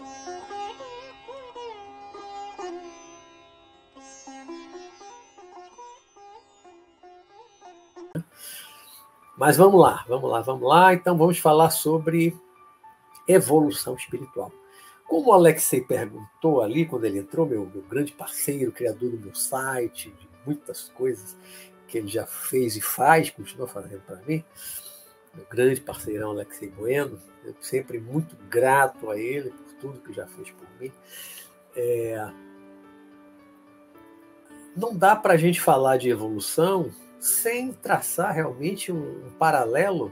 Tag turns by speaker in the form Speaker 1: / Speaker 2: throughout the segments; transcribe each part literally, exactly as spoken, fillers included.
Speaker 1: Mas vamos lá, vamos lá, vamos lá. Então vamos falar sobre evolução espiritual. Como o Alexei perguntou ali, quando ele entrou, meu, meu grande parceiro, criador do meu site, de muitas coisas que ele já fez e faz, continua fazendo para mim, meu grande parceirão Alexei Bueno, eu sempre muito grato a ele por tudo que já fez por mim. É... Não dá para a gente falar de evolução sem traçar realmente um, um paralelo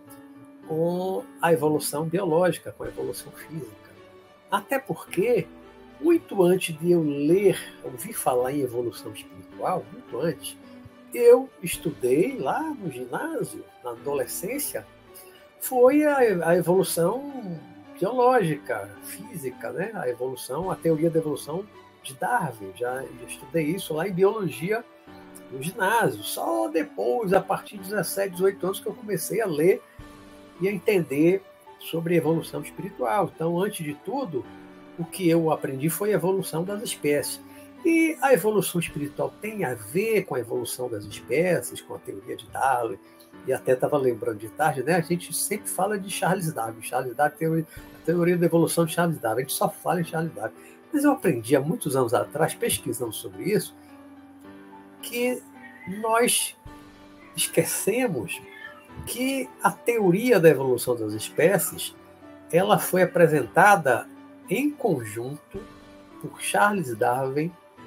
Speaker 1: com a evolução biológica, com a evolução física. Até porque, muito antes de eu ler, ouvir falar em evolução espiritual, muito antes, eu estudei lá no ginásio, na adolescência, foi a, a evolução biológica, física, né? A evolução, a teoria da evolução de Darwin. Já, já estudei isso lá em biologia no ginásio. Só depois, a partir de dezessete, dezoito anos, que eu comecei a ler e a entender sobre evolução espiritual. Então, antes de tudo, o que eu aprendi foi a evolução das espécies. E a evolução espiritual tem a ver com a evolução das espécies, com a teoria de Darwin. E até estava lembrando de tarde, né? A gente sempre fala de Charles Darwin. Charles Darwin, teoria, a teoria da evolução de Charles Darwin. A gente só fala em Charles Darwin. Mas eu aprendi há muitos anos atrás, pesquisando sobre isso, que nós esquecemos que a teoria da evolução das espécies ela foi apresentada em conjunto por Charles Darwin,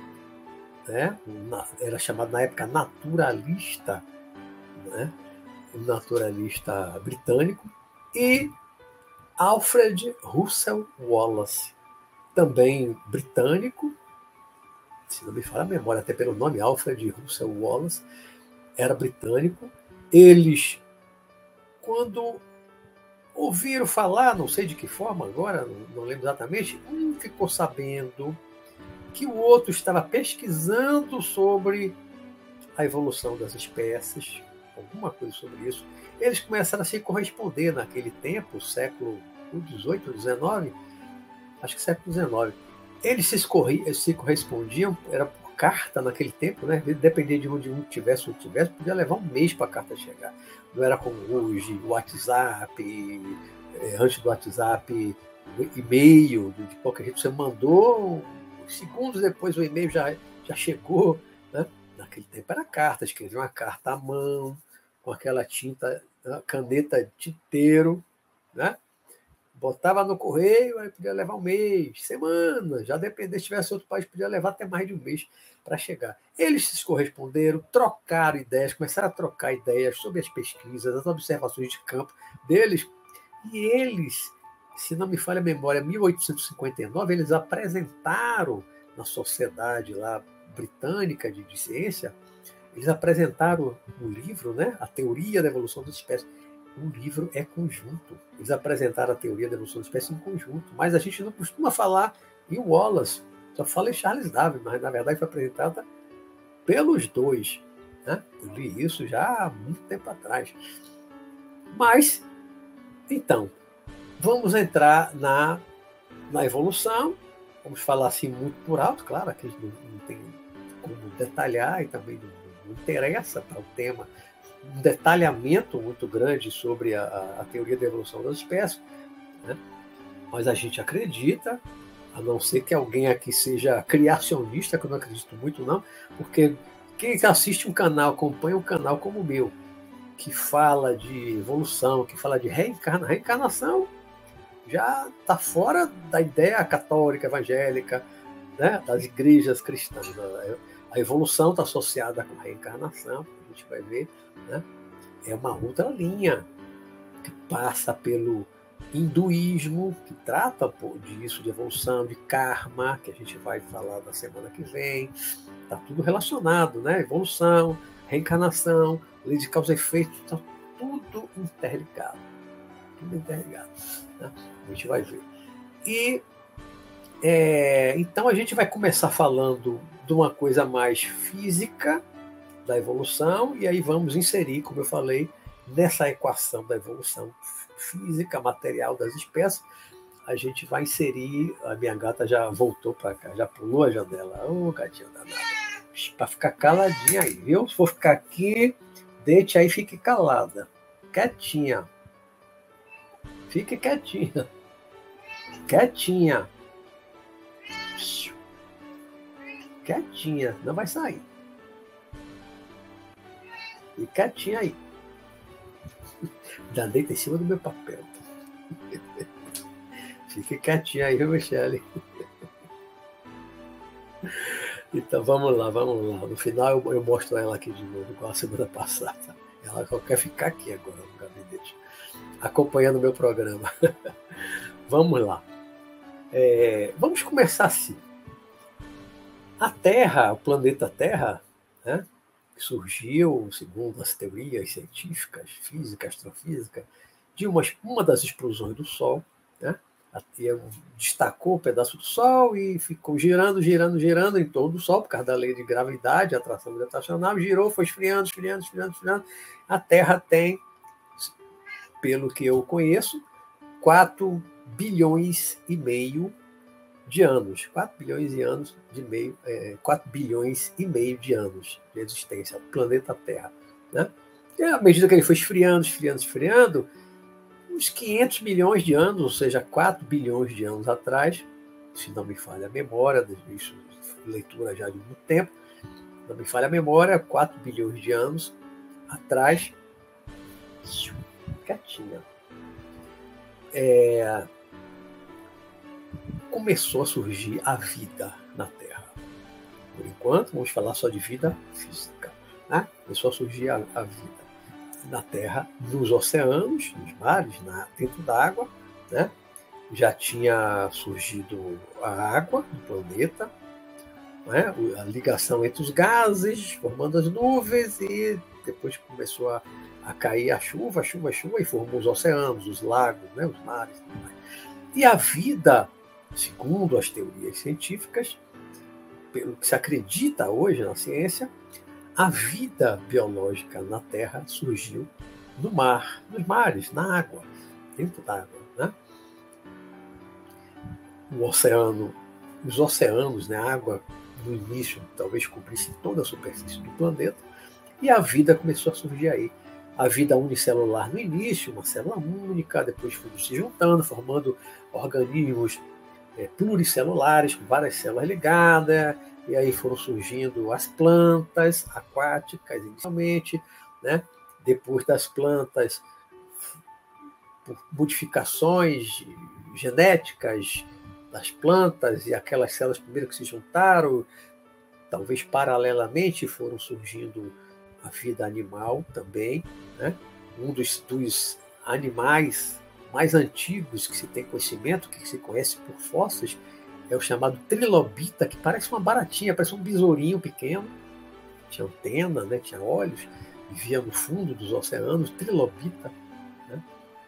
Speaker 1: né? Era chamado na época naturalista, né? Um naturalista britânico, e Alfred Russel Wallace, também britânico, se não me falha a memória, até pelo nome Alfred Russel Wallace, era britânico. Eles, quando ouviram falar, não sei de que forma agora, não, não lembro exatamente, um ficou sabendo que o outro estava pesquisando sobre a evolução das espécies, alguma coisa sobre isso. Eles começaram a se corresponder naquele tempo, século dezoito, dezenove, acho que século dezenove. Eles se, escorri, se correspondiam, era por carta naquele tempo, né? Dependia de onde um tivesse ou tivesse, podia levar um mês para a carta chegar. Não era como hoje, o WhatsApp, antes do WhatsApp, e-mail, de qualquer jeito, você mandou, segundos depois o e-mail já, já chegou, né? Naquele tempo era carta, escrevia uma carta à mão, com aquela tinta, caneta tinteiro, né? Botava no correio, aí podia levar um mês, semana, já dependendo, se tivesse outro país, podia levar até mais de um mês para chegar. Eles se corresponderam, trocaram ideias, começaram a trocar ideias sobre as pesquisas, as observações de campo deles, e eles, se não me falha a memória, em mil oitocentos e cinquenta e nove, eles apresentaram na sociedade lá britânica de, de ciência, eles apresentaram um livro, né, A Teoria da Evolução das Espécies. O livro é conjunto. Eles apresentaram a teoria da evolução das espécies em conjunto, mas a gente não costuma falar em Wallace, só fala em Charles Darwin, mas na verdade foi apresentada pelos dois, né? Eu li isso já há muito tempo atrás. Mas, então, vamos entrar na, na evolução, vamos falar assim muito por alto, claro, aqui não, não tem como detalhar e também não, não interessa para o tema um detalhamento muito grande sobre a, a teoria da evolução das espécies, né? Mas a gente acredita, a não ser que alguém aqui seja criacionista, que eu não acredito muito não, porque quem assiste um canal, acompanha um canal como o meu, que fala de evolução, que fala de reencarnação, reencarnação já está fora da ideia católica, evangélica, né? Das igrejas cristãs. A evolução está associada com a reencarnação, a gente vai ver, né? É uma outra linha que passa pelo hinduísmo, que trata disso, de evolução, de karma, que a gente vai falar na semana que vem. Está tudo relacionado, né? Evolução, reencarnação, lei de causa e efeito, está tudo interligado. Tudo interligado, né? A gente vai ver. E é, então a gente vai começar falando de uma coisa mais física da evolução, e aí vamos inserir, como eu falei, nessa equação da evolução física, material das espécies, a gente vai inserir... A minha gata já voltou para cá, já pulou a janela. Ô, gatinha danada. Para ficar caladinha aí, viu? Se for ficar aqui, deite aí e fique calada. Quietinha. Fique quietinha. Quietinha. Quietinha. Não vai sair. E quietinha aí. Já deita em cima do meu papel. Fique quietinha aí, viu, Michele? Então vamos lá, vamos lá. No final eu, eu mostro ela aqui de novo, igual a semana passada. Ela só quer ficar aqui agora no gabinete, acompanhando o meu programa. Vamos lá. É, vamos começar assim. A Terra, o planeta Terra, né, surgiu, segundo as teorias científicas, física, astrofísica, de uma, uma das explosões do Sol, né? Destacou um pedaço do Sol e ficou girando, girando, girando em torno do Sol, por causa da lei de gravidade, atração gravitacional, girou, foi esfriando, esfriando, esfriando, esfriando. A Terra tem, pelo que eu conheço, quatro bilhões e meio de anos. quatro bilhões e anos de meio, é, quatro bilhões e meio de anos de existência, o planeta Terra, né? E à medida que ele foi esfriando, esfriando, esfriando, uns quinhentos milhões de anos, ou seja, quatro bilhões de anos atrás, se não me falha a memória, isso leitura já de muito tempo, não me falha a memória, quatro bilhões de anos atrás, quietinha, é, começou a surgir a vida na Terra. Por enquanto, vamos falar só de vida física, né? Começou a surgir a, a vida na Terra, nos oceanos, nos mares, na, dentro d'água, né? Já tinha surgido a água no planeta, né? A ligação entre os gases, formando as nuvens, e depois começou a, a cair a chuva, chuva, chuva, e formou os oceanos, os lagos, né? Os mares. E a vida, segundo as teorias científicas, pelo que se acredita hoje na ciência, a vida biológica na Terra surgiu no mar, nos mares, na água, dentro da água, né? O oceano, os oceanos, né? A água no início talvez cobrisse toda a superfície do planeta, e a vida começou a surgir aí. A vida unicelular no início, uma célula única, depois foi se juntando, formando organismos é, pluricelulares, com várias células ligadas, e aí foram surgindo as plantas aquáticas inicialmente, né? Depois das plantas, por modificações genéticas das plantas, e aquelas células primeiro que se juntaram, talvez paralelamente foram surgindo a vida animal também, né? Um dos, dos animais mais antigos que se tem conhecimento, que se conhece por fósseis, é o chamado trilobita, que parece uma baratinha, parece um besourinho pequeno, tinha antena, né? Tinha olhos, vivia no fundo dos oceanos, trilobita, né?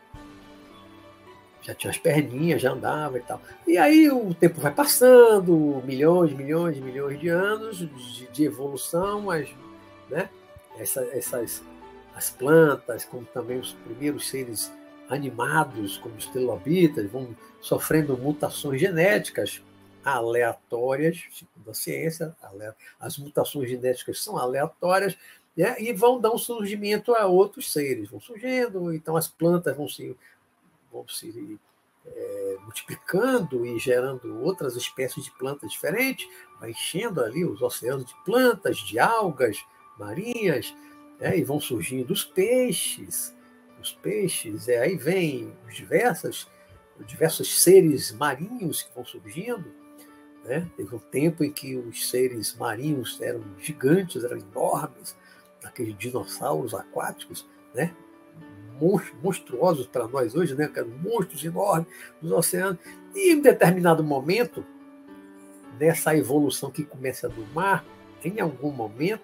Speaker 1: Já tinha as perninhas, já andava e tal. E aí o tempo vai passando, milhões, milhões, milhões de anos de, de evolução, mas, né? Essa, essas as plantas, como também os primeiros seres animados, como os trilobitas, vão sofrendo mutações genéticas aleatórias, segundo a ciência, as mutações genéticas são aleatórias, né? E vão dar um surgimento a outros seres, vão surgindo, então as plantas vão se, vão se é, multiplicando e gerando outras espécies de plantas diferentes, vai enchendo ali os oceanos de plantas, de algas marinhas, né? E vão surgindo os peixes, os peixes, é, aí vem os diversos, diversos seres marinhos que vão surgindo, né? Teve um tempo em que os seres marinhos eram gigantes, eram enormes, aqueles dinossauros aquáticos, né? Monstruosos para nós hoje, né? Monstros enormes nos oceanos. E em determinado momento, nessa evolução que começa do mar, em algum momento,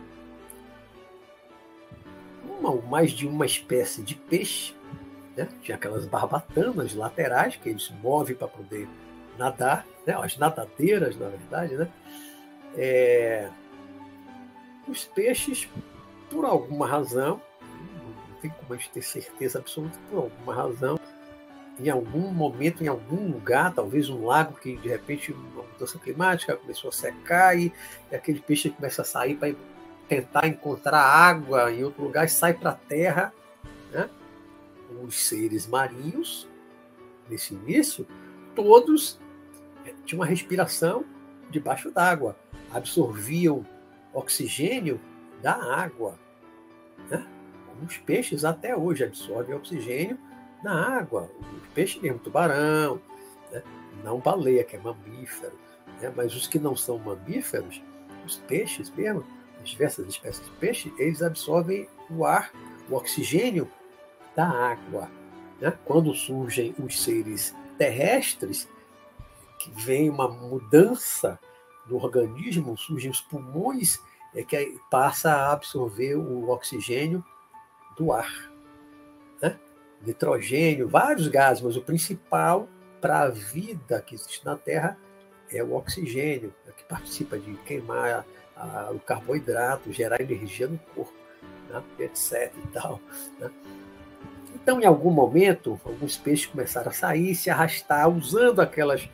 Speaker 1: uma ou mais de uma espécie de peixe, né? Tinha aquelas barbatanas laterais que eles movem para poder nadar, né? As nadadeiras, na verdade, né? É... Os peixes, por alguma razão, não tem como a gente ter certeza absoluta, por alguma razão, em algum momento, em algum lugar, talvez um lago que, de repente, uma mudança climática começou a secar e, e aquele peixe começa a sair para tentar encontrar água em outro lugar e sai para a terra, né? Os seres marinhos, nesse início, todos tinham uma respiração debaixo d'água, absorviam oxigênio da água, né? Como os peixes até hoje absorvem oxigênio na água. Os peixes mesmo, tubarão, né? Não baleia, que é mamífero, né? Mas os que não são mamíferos, os peixes mesmo, as diversas espécies de peixe, eles absorvem o ar, o oxigênio da água, né? Quando surgem os seres terrestres, que vem uma mudança no organismo, surgem os pulmões, é que passa a absorver o oxigênio do ar, né? Nitrogênio, vários gases, mas o principal para a vida que existe na Terra é o oxigênio, é que participa de queimar a, a, o carboidrato, gerar energia no corpo, né? Etc. E tal, né? Então, em algum momento, alguns peixes começaram a sair, se arrastar, usando aquelas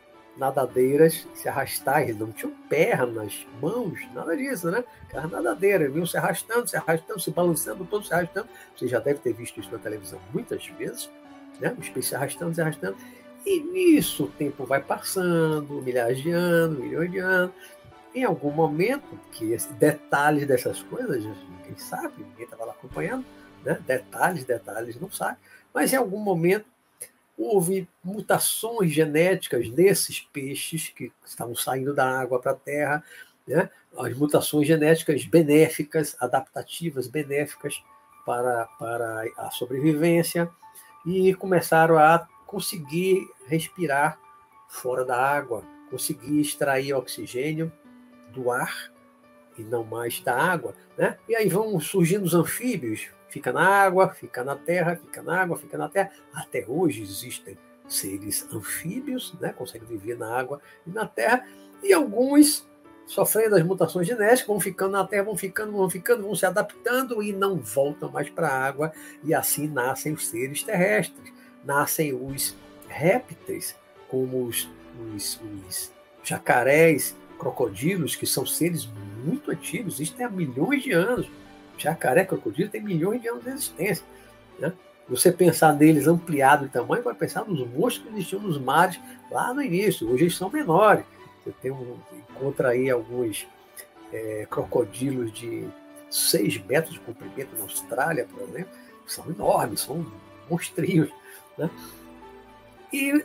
Speaker 1: nadadeiras, se arrastar, eles não tinham pernas, mãos, nada disso, né? Aquelas nadadeiras, vinham se arrastando, se arrastando, se balançando, todos se arrastando. Você já deve ter visto isso na televisão muitas vezes, né? Os peixes se arrastando, se arrastando. E nisso o tempo vai passando, milhares de anos, milhões de anos. Em algum momento, que detalhes dessas coisas, ninguém sabe, ninguém estava lá acompanhando, né? Detalhes, detalhes, não sabe. Mas em algum momento, houve mutações genéticas nesses peixes que estavam saindo da água para a terra, né? As mutações genéticas benéficas, adaptativas, benéficas para, para a sobrevivência, e começaram a conseguir respirar fora da água, conseguir extrair oxigênio do ar e não mais da água, né? E aí vão surgindo os anfíbios, fica na água, fica na terra, fica na água, fica na terra. Até hoje existem seres anfíbios, né? Conseguem viver na água e na terra, e alguns, sofrendo as mutações genéticas, vão ficando na terra, vão ficando, vão ficando, vão se adaptando e não voltam mais para a água, e assim nascem os seres terrestres, nascem os répteis, como os, os, os jacarés, crocodilos, que são seres muito antigos, existem há milhões de anos. Jacaré, crocodilo, tem milhões de anos de existência, né? Você pensar neles ampliado em tamanho, vai pensar nos monstros que existiam nos mares lá no início. Hoje eles são menores. Você tem um, encontra aí alguns é, crocodilos de seis metros de comprimento na Austrália, por exemplo. São enormes, são monstrinhos, né? E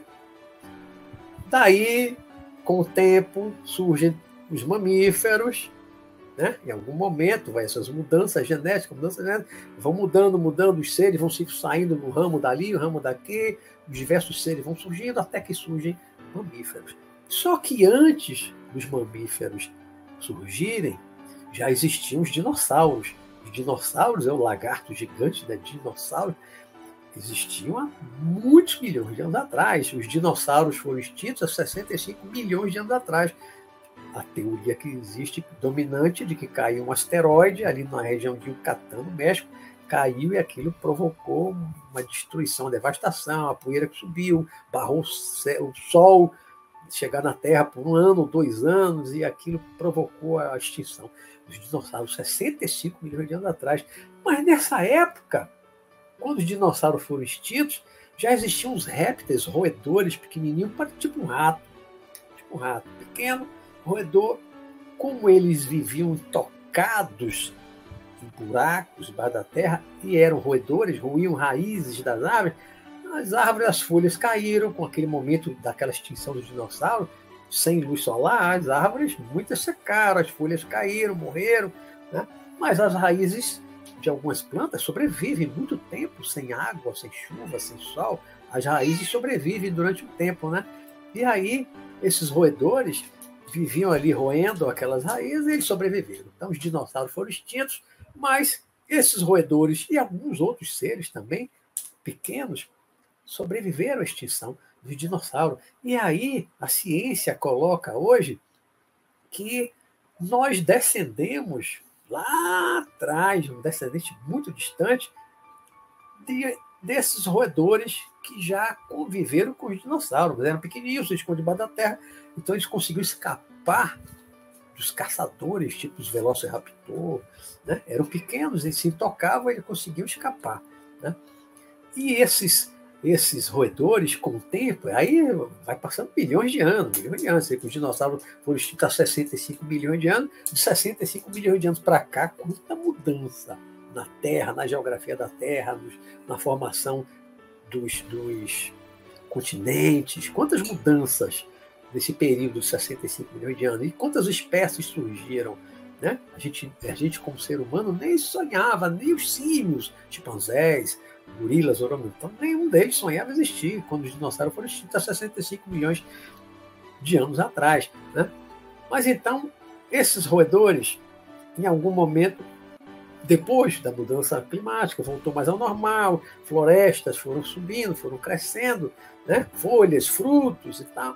Speaker 1: daí, com o tempo, surgem os mamíferos, né? Em algum momento, vai, essas mudanças genéticas, mudanças genéticas, vão mudando, mudando, os seres vão se saindo no ramo dali, o ramo daqui, os diversos seres vão surgindo, até que surgem mamíferos. Só que antes dos mamíferos surgirem, já existiam os dinossauros. Os dinossauros é o lagarto gigante, né? Dinossauro, existiam há muitos milhões de anos atrás. Os dinossauros foram extintos há sessenta e cinco milhões de anos atrás. A teoria que existe, dominante, de que caiu um asteroide ali na região de Yucatán, no México, caiu e aquilo provocou uma destruição, uma devastação, a poeira que subiu, barrou o, céu, o Sol chegar na Terra por um ano, dois anos, e aquilo provocou a extinção dos dinossauros, sessenta e cinco milhões de anos atrás. Mas nessa época, quando os dinossauros foram extintos, já existiam os répteis, roedores pequenininhos, tipo um rato, tipo um rato pequeno, roedor. Como eles viviam tocados em buracos debaixo da terra e eram roedores, roíam raízes das árvores, as árvores, as folhas caíram com aquele momento daquela extinção dos dinossauros, sem luz solar, as árvores muitas secaram, as folhas caíram, morreram, né? Mas as raízes de algumas plantas sobrevivem muito tempo sem água, sem chuva, sem sol. As raízes sobrevivem durante um tempo, né? E aí esses roedores viviam ali roendo aquelas raízes e eles sobreviveram. Então os dinossauros foram extintos, mas esses roedores e alguns outros seres também pequenos sobreviveram à extinção dos dinossauros. E aí a ciência coloca hoje que nós descendemos lá atrás, um descendente muito distante, de, desses roedores que já conviveram com os dinossauros. Eles eram pequenininhos, se escondiam debaixo da terra, então eles conseguiram escapar dos caçadores, tipo os Velociraptor, né? Eram pequenos, eles se tocavam e eles conseguiam escapar, né? E esses, esses roedores, com o tempo, aí vai passando milhões de anos, milhões de anos. Os dinossauros foram extintos há sessenta e cinco milhões de anos, de sessenta e cinco milhões de anos para cá, quanta mudança na Terra, na geografia da Terra, nos, na formação dos, dos continentes, quantas mudanças nesse período de sessenta e cinco milhões de anos, e quantas espécies surgiram, né? A gente, a gente como ser humano, nem sonhava, nem os símios, chimpanzés, gorilas, orangotangos, nenhum deles sonhava existir quando os dinossauros foram extintos há sessenta e cinco milhões de anos atrás, né? Mas então, esses roedores, em algum momento, depois da mudança climática, voltou mais ao normal, florestas foram subindo, foram crescendo, né? Folhas, frutos e tal.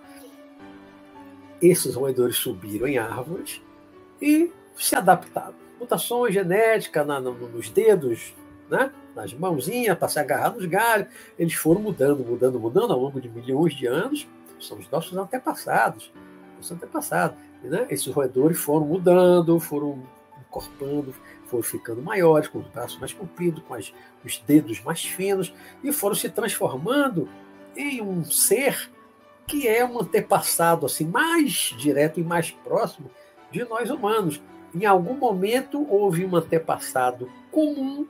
Speaker 1: Esses roedores subiram em árvores e se adaptaram. Mutações genéticas na, no, nos dedos, né? Nas mãozinhas, para se agarrar nos galhos. Eles foram mudando, mudando, mudando ao longo de milhões de anos. São os nossos antepassados. Os antepassados, né? Esses roedores foram mudando, foram encorpando, foram ficando maiores, com os braços mais compridos, com as, os dedos mais finos, e foram se transformando em um ser que é um antepassado assim, mais direto e mais próximo de nós humanos. Em algum momento houve um antepassado comum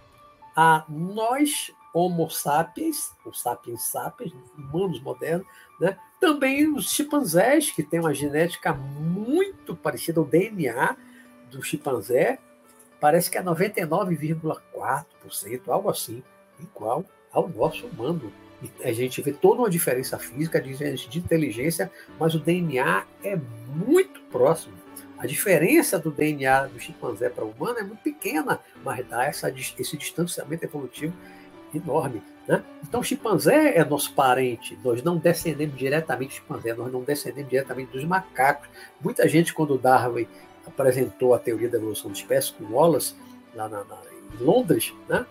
Speaker 1: a nós, Homo sapiens, ou sapiens sapiens, humanos modernos, né? Também os chimpanzés, que têm uma genética muito parecida, o D N A do chimpanzé parece que é noventa e nove vírgula quatro por cento, algo assim, igual ao nosso humano. A gente vê toda uma diferença física, de inteligência, mas o D N A é muito próximo. A diferença do D N A do chimpanzé para o humano é muito pequena, mas dá essa, esse distanciamento evolutivo enorme, né? Então o chimpanzé é nosso parente, nós não descendemos diretamente do chimpanzé, nós não descendemos diretamente dos macacos. Muita gente, quando Darwin apresentou a teoria da evolução de espécies com Wallace, lá na, na, em Londres, né?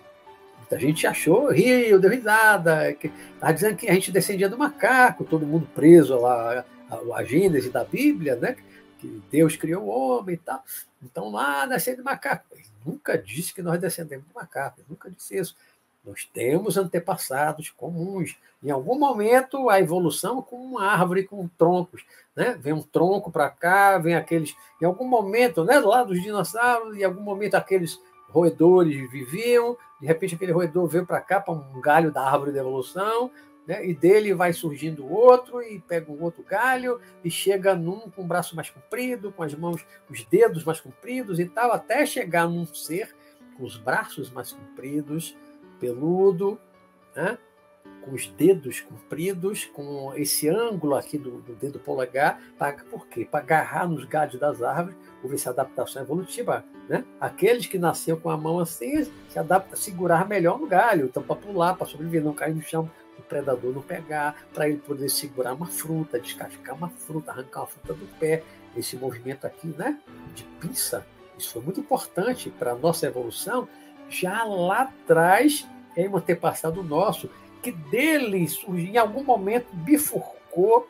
Speaker 1: Muita gente achou, riu, deu risada, estava dizendo que a gente descendia do macaco, todo mundo preso lá, a, a Gênese da Bíblia, né? Que Deus criou o homem e tal. Então lá descendo do macaco. Ele nunca disse que nós descendemos do macaco, ele nunca disse isso. Nós temos antepassados comuns. Em algum momento, a evolução é como uma árvore com troncos, né? Vem um tronco para cá, vem aqueles... Em algum momento, né, lá dos dinossauros, em algum momento aqueles roedores viviam, de repente aquele roedor veio para cá, para um galho da árvore da evolução, né? E dele vai surgindo outro, e pega um outro galho, e chega num com o braço mais comprido, com as mãos, os dedos mais compridos e tal, até chegar num ser com os braços mais compridos, peludo, né? Com os dedos compridos, com esse ângulo aqui do, do dedo polegar, pra, por quê? Para agarrar nos galhos das árvores, houve essa adaptação evolutiva, né? Aqueles que nasceram com a mão assim, se adaptam a segurar melhor no galho, então para pular, para sobreviver, não cair no chão, o predador não pegar, para ele poder segurar uma fruta, descascar uma fruta, arrancar uma fruta do pé, esse movimento aqui, né? De pinça, isso foi muito importante para a nossa evolução, já lá atrás, é um antepassado nosso, que dele surgiu, em algum momento bifurcou,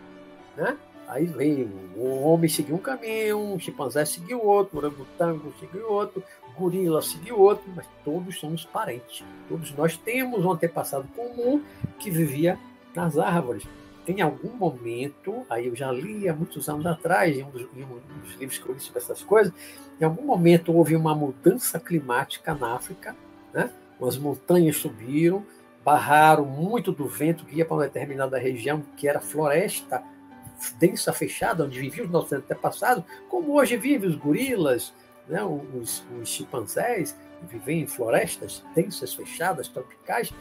Speaker 1: né? Aí veio, o homem seguiu um caminho, o chimpanzé seguiu outro, o orangotango seguiu outro, o gorila seguiu outro, mas todos somos parentes. Todos nós temos um antepassado comum que vivia nas árvores. Em algum momento, aí eu já li há muitos anos atrás, em um dos, em um dos livros que eu li sobre essas coisas, em algum momento houve uma mudança climática na África, né? As montanhas subiram, barraram muito do vento que ia para uma determinada região, que era floresta densa, fechada, onde viviam os nossos antepassados, como hoje vivem os gorilas, né? os, os chimpanzés, vivem em florestas densas, fechadas, tropicais.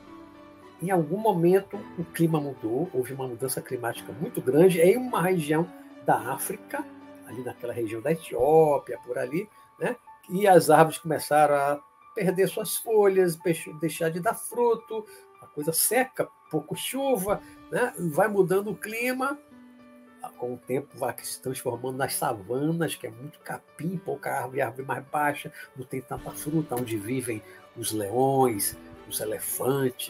Speaker 1: Em algum momento o clima mudou, houve uma mudança climática muito grande em uma região da África, ali naquela região da Etiópia, por ali, né? E as árvores começaram a perder suas folhas, deixar de dar fruto, a coisa seca, pouco chuva, né? Vai mudando o clima, com o tempo vai se transformando nas savanas, que é muito capim, pouca árvore, árvore mais baixa, não tem tanta fruta, onde vivem os leões, os elefantes,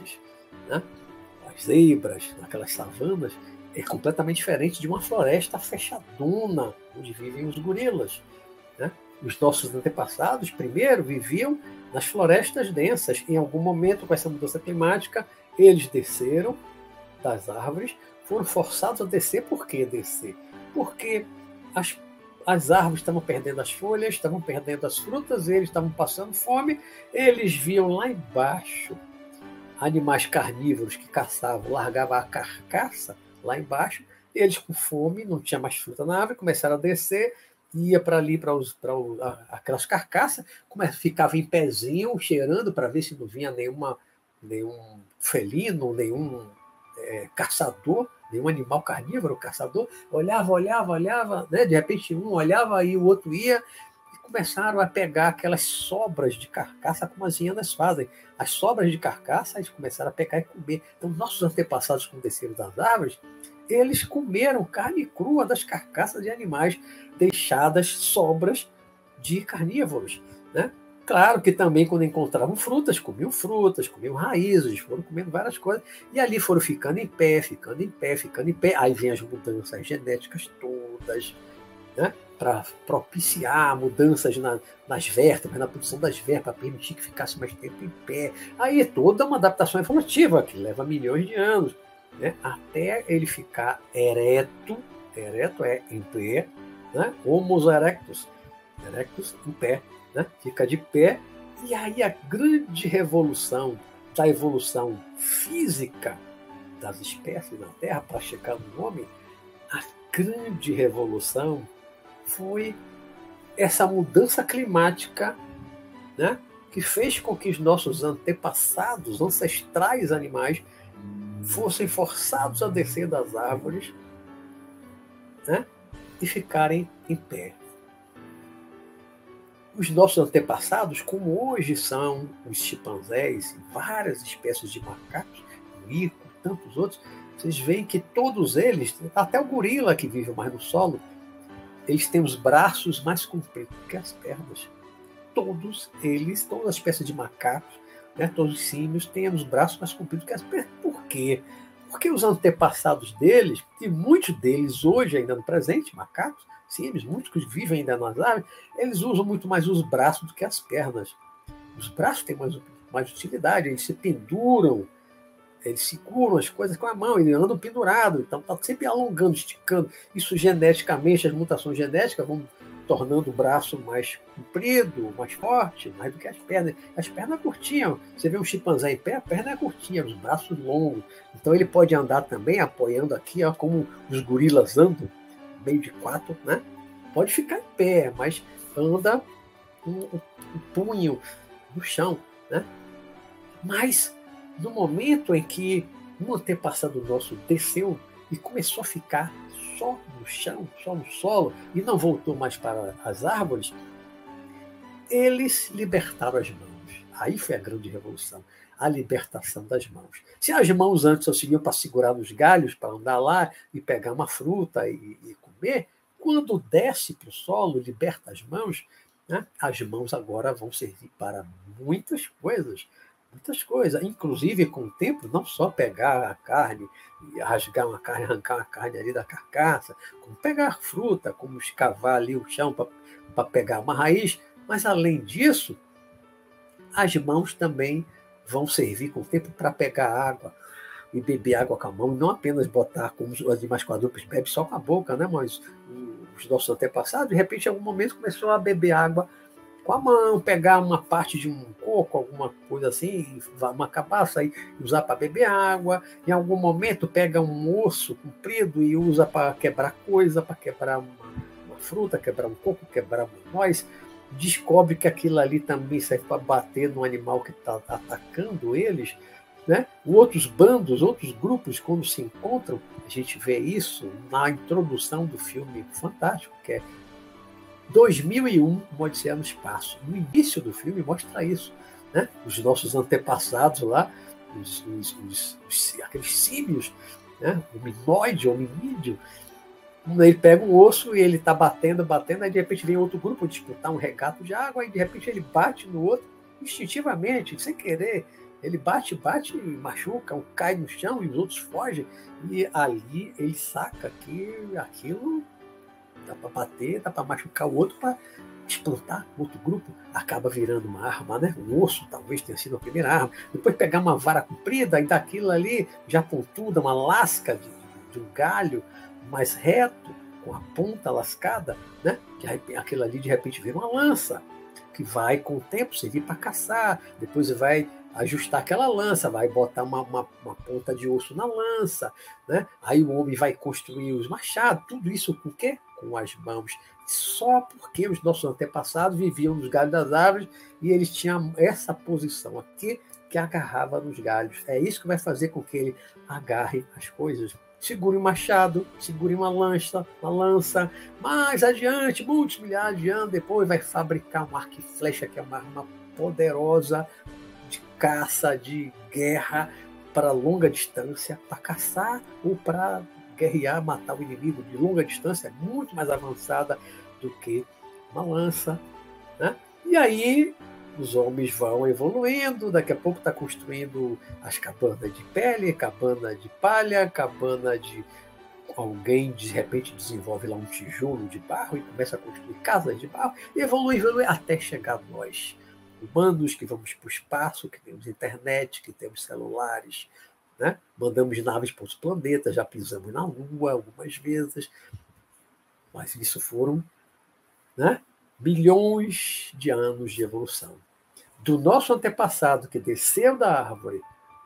Speaker 1: né? As zebras, naquelas savanas, é completamente diferente de uma floresta fechadona, onde vivem os gorilas, né? Os nossos antepassados, primeiro, viviam nas florestas densas. Em algum momento, com essa mudança climática, eles desceram das árvores, foram forçados a descer. Por que descer? Porque as, as árvores estavam perdendo as folhas, estavam perdendo as frutas, eles estavam passando fome, eles viam lá embaixo animais carnívoros que caçavam, largavam a carcaça lá embaixo, eles com fome, não tinha mais fruta na árvore, começaram a descer, ia para ali, para aquelas carcaças, ficava em pezinho, cheirando para ver se não vinha nenhuma, nenhum felino, nenhum é, caçador, nenhum animal carnívoro, caçador, olhava, olhava, olhava, né? De repente um olhava e o outro ia, e começaram a pegar aquelas sobras de carcaça, como as hienas fazem. As sobras de carcaça, eles começaram a pegar e comer. Então, nossos antepassados, quando desceram das árvores, eles comeram carne crua das carcaças de animais deixadas, sobras de carnívoros, né? Claro que também, quando encontravam frutas, comiam frutas, comiam raízes, foram comendo várias coisas, e ali foram ficando em pé, ficando em pé, ficando em pé. Aí vem as mudanças genéticas todas, né? Para propiciar mudanças na, nas vértebras, na produção das vértebras, para permitir que ficasse mais tempo em pé. Aí é toda uma adaptação evolutiva, que leva milhões de anos, né? Até ele ficar ereto, ereto é em pé, né? Homo erectus, erectus em pé, né? Fica de pé, e aí a grande revolução da evolução física das espécies na Terra, para chegar no homem, a grande revolução foi essa mudança climática, né? Que fez com que os nossos antepassados, ancestrais animais, fossem forçados a descer das árvores, né? E ficarem em pé. Os nossos antepassados, como hoje são os chimpanzés e várias espécies de macacos, o mico, tantos outros, vocês veem que todos eles, até o gorila que vive mais no solo, eles têm os braços mais compridos que as pernas. Todos eles, toda a espécie de macacos, né, todos os símios, têm os braços mais compridos que as pernas. Por quê? Porque os antepassados deles, e muitos deles hoje ainda no presente, macacos, símios, muitos que vivem ainda nas árvores, eles usam muito mais os braços do que as pernas. Os braços têm mais, mais utilidade, eles se penduram, eles seguram as coisas com a mão, eles andam pendurados, então está sempre alongando, esticando. Isso geneticamente, as mutações genéticas vão tornando o braço mais comprido, mais forte, mais do que as pernas. As pernas curtinhas. Você vê um chimpanzé em pé, a perna é curtinha, os braços longos. Então ele pode andar também apoiando aqui, ó, como os gorilas andam, meio de quatro, né? Pode ficar em pé, mas anda com um, um punho no chão, né? Mas no momento em que um antepassado nosso desceu e começou a ficar só no chão, só no solo, e não voltou mais para as árvores, eles libertaram as mãos. Aí foi a grande revolução, a libertação das mãos. Se as mãos antes só serviam para segurar nos galhos, para andar lá e pegar uma fruta e, e comer, quando desce para o solo, liberta as mãos, né, as mãos agora vão servir para muitas coisas, muitas coisas, inclusive com o tempo, não só pegar a carne, rasgar uma carne, arrancar uma carne ali da carcaça, como pegar fruta, como escavar ali o chão para pegar uma raiz, mas além disso, as mãos também vão servir com o tempo para pegar água e beber água com a mão, e não apenas botar como os animais quadrúpedes bebem só com a boca, né? Mas os nossos antepassados, de repente, em algum momento, começou a beber água com a mão, pegar uma parte de um coco, alguma coisa assim, uma cabaça e usar para beber água. Em algum momento pega um osso comprido e usa para quebrar coisa, para quebrar uma, uma fruta, quebrar um coco, quebrar uma noz. Descobre que aquilo ali também serve para bater no animal que está atacando eles, né? Outros bandos, outros grupos, quando se encontram, a gente vê isso na introdução do filme fantástico, que é dois mil e um, Uma Odisseia no Espaço. No início do filme mostra isso, né? Os nossos antepassados lá, os, os, os, os, aqueles símios, né? O minoide, o hominídeo, ele pega um osso e ele está batendo, batendo, aí de repente vem outro grupo disputar um regato de água, e de repente ele bate no outro instintivamente, sem querer, Ele bate, bate, machuca, um cai no chão e os outros fogem. E ali ele saca que aquilo dá para bater, dá para machucar o outro, para espantar o outro grupo. Acaba virando uma arma, né? Um osso talvez tenha sido a primeira arma. Depois pegar uma vara comprida e daquilo ali, já pontuda, uma lasca de, de um galho mais reto, com a ponta lascada, né? Que aquilo ali de repente vira uma lança, que vai com o tempo servir para caçar. Depois vai ajustar aquela lança, vai botar uma, uma, uma ponta de osso na lança, né? Aí o homem vai construir os machados, tudo isso com o quê? Com as mãos. Só porque os nossos antepassados viviam nos galhos das árvores e eles tinham essa posição aqui que agarrava nos galhos. É isso que vai fazer com que ele agarre as coisas. Segure um machado, segure uma lança, uma lança. Mais adiante, muitos milhares de anos depois, vai fabricar um arco e flecha, que é uma arma poderosa de caça, de guerra para longa distância, para caçar ou para guerrear, matar o inimigo de longa distância, é muito mais avançada do que uma lança, né? E aí os homens vão evoluindo, daqui a pouco está construindo as cabanas de pele, cabana de palha, cabana de... Alguém, de repente, desenvolve lá um tijolo de barro e começa a construir casas de barro, e evolui, evolui, até chegar a nós, humanos, que vamos para o espaço, que temos internet, que temos celulares, né? Mandamos naves para os planetas, já pisamos na Lua algumas vezes, mas isso foram, né, bilhões de anos de evolução. Do nosso antepassado que desceu da árvore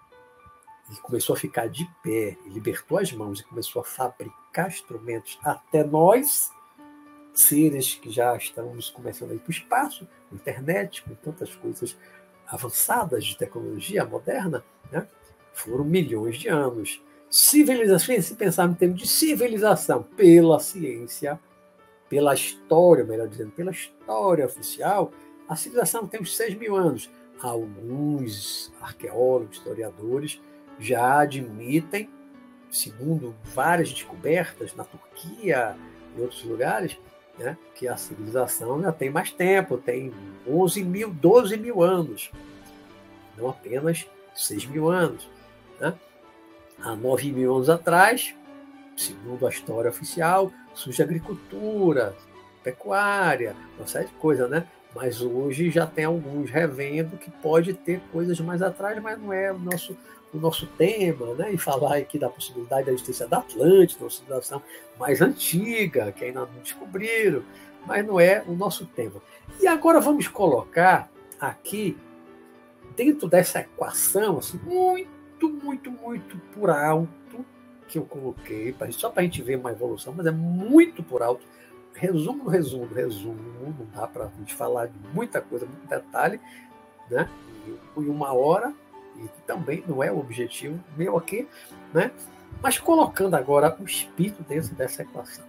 Speaker 1: e começou a ficar de pé, e libertou as mãos e começou a fabricar instrumentos, até nós, seres que já estamos começando a ir para o espaço, com internet, com tantas coisas avançadas de tecnologia moderna, né? Foram milhões de anos. Civilização, se pensar em termos de civilização, pela ciência, pela história, melhor dizendo, pela história oficial, a civilização tem uns seis mil anos. Alguns arqueólogos, historiadores, já admitem, segundo várias descobertas na Turquia e outros lugares, né, que a civilização já tem mais tempo, tem onze mil, doze mil anos, não apenas seis mil anos. Né? Há nove mil anos atrás, segundo a história oficial, surge agricultura, pecuária, uma série de coisas, né? Mas hoje já tem alguns revendo que pode ter coisas mais atrás, mas não é o nosso, o nosso tema, né? E falar aqui da possibilidade da existência da Atlântida, uma civilização mais antiga, que ainda não descobriram, mas não é o nosso tema. E agora vamos colocar aqui, dentro dessa equação, assim, muito, muito, muito por alto, que eu coloquei, só para a gente ver uma evolução, mas é muito por alto. Resumo, resumo, resumo, não dá para a gente falar de muita coisa, muito detalhe, né? Em uma hora, e também não é o objetivo meu aqui, né? Mas colocando agora o espírito dentro dessa equação.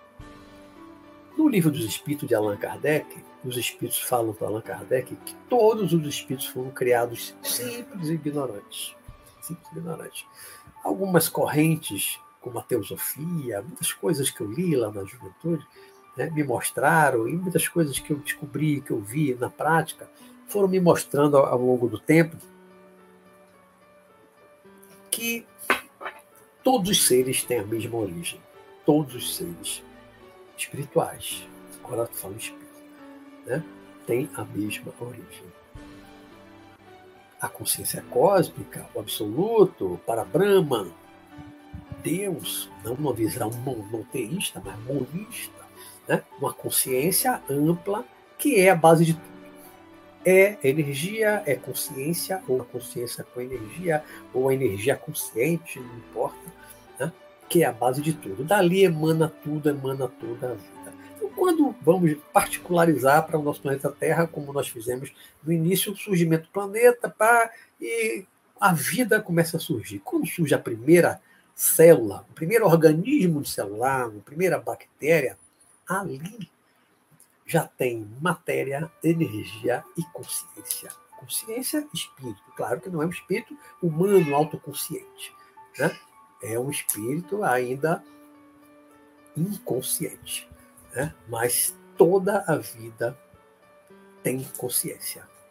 Speaker 1: No livro dos Espíritos de Allan Kardec, os espíritos falam para Allan Kardec que todos os espíritos foram criados simples e ignorantes. Simples e ignorantes. Algumas correntes, como a teosofia, muitas coisas que eu li lá na juventude, né, me mostraram, e muitas coisas que eu descobri, que eu vi na prática, foram me mostrando ao, ao longo do tempo que todos os seres têm a mesma origem. Todos os seres espirituais, agora eu falo espírito, né, têm a mesma origem. A consciência cósmica, o absoluto, o Parabrahman, Deus, não uma visão monoteísta, mas monista, né? Uma consciência ampla que é a base de tudo. É energia, é consciência, ou a consciência com energia, ou a energia consciente, não importa, né? Que é a base de tudo. Dali emana tudo, emana toda a vida. Então, quando vamos particularizar para o nosso planeta Terra, como nós fizemos no início, o surgimento do planeta, pá, e a vida começa a surgir. Quando surge a primeira célula, o primeiro organismo celular, a primeira bactéria, ali já tem matéria, energia e consciência. Consciência, espírito. Claro que não é um espírito humano autoconsciente, né? É um espírito ainda inconsciente, né? Mas toda a vida tem consciência.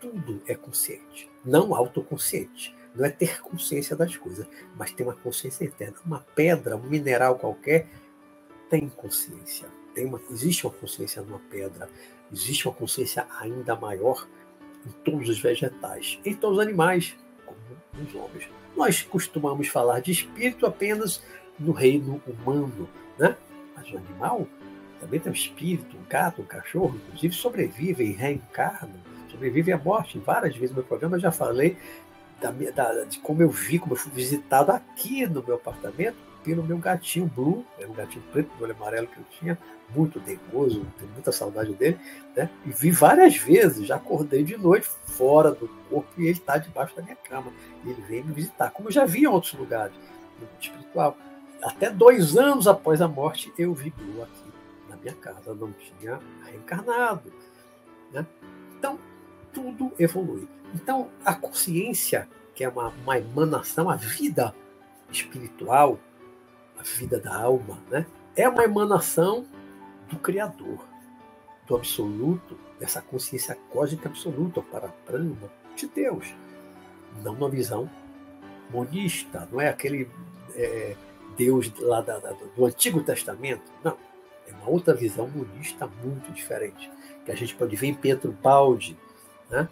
Speaker 1: tudo é consciente, não autoconsciente. Não é ter consciência das coisas, mas ter uma consciência interna. Uma pedra, um mineral qualquer, tem consciência. Tem uma, existe uma consciência numa pedra, existe uma consciência ainda maior em todos os vegetais, em todos os animais, como nos homens. Nós costumamos falar de espírito apenas no reino humano, né? Mas o animal também tem um espírito, um gato, um cachorro, inclusive sobrevivem, reencarnam, sobrevivem à morte. Várias vezes no meu programa eu já falei da, da, de como eu vi, como eu fui visitado aqui no meu apartamento pelo meu gatinho Blue, era um gatinho preto, do olho amarelo que eu tinha, muito dengoso, tenho muita saudade dele, né? E vi várias vezes, já acordei de noite fora do corpo e ele está debaixo da minha cama. E ele veio me visitar, como eu já vi em outros lugares, no mundo espiritual. Até dois anos após a morte, eu vi Blue aqui na minha casa, não tinha reencarnado, né? Então, tudo evolui. Então, a consciência, que é uma, uma emanação, a vida espiritual, a vida da alma, né? É uma emanação do Criador, do absoluto, dessa consciência cósmica absoluta, o Parabrahma, de Deus. Não uma visão monista, não é aquele é, Deus lá da, da, do Antigo Testamento, não. É uma outra visão monista muito diferente, que a gente pode ver em Pietro Baldi, né?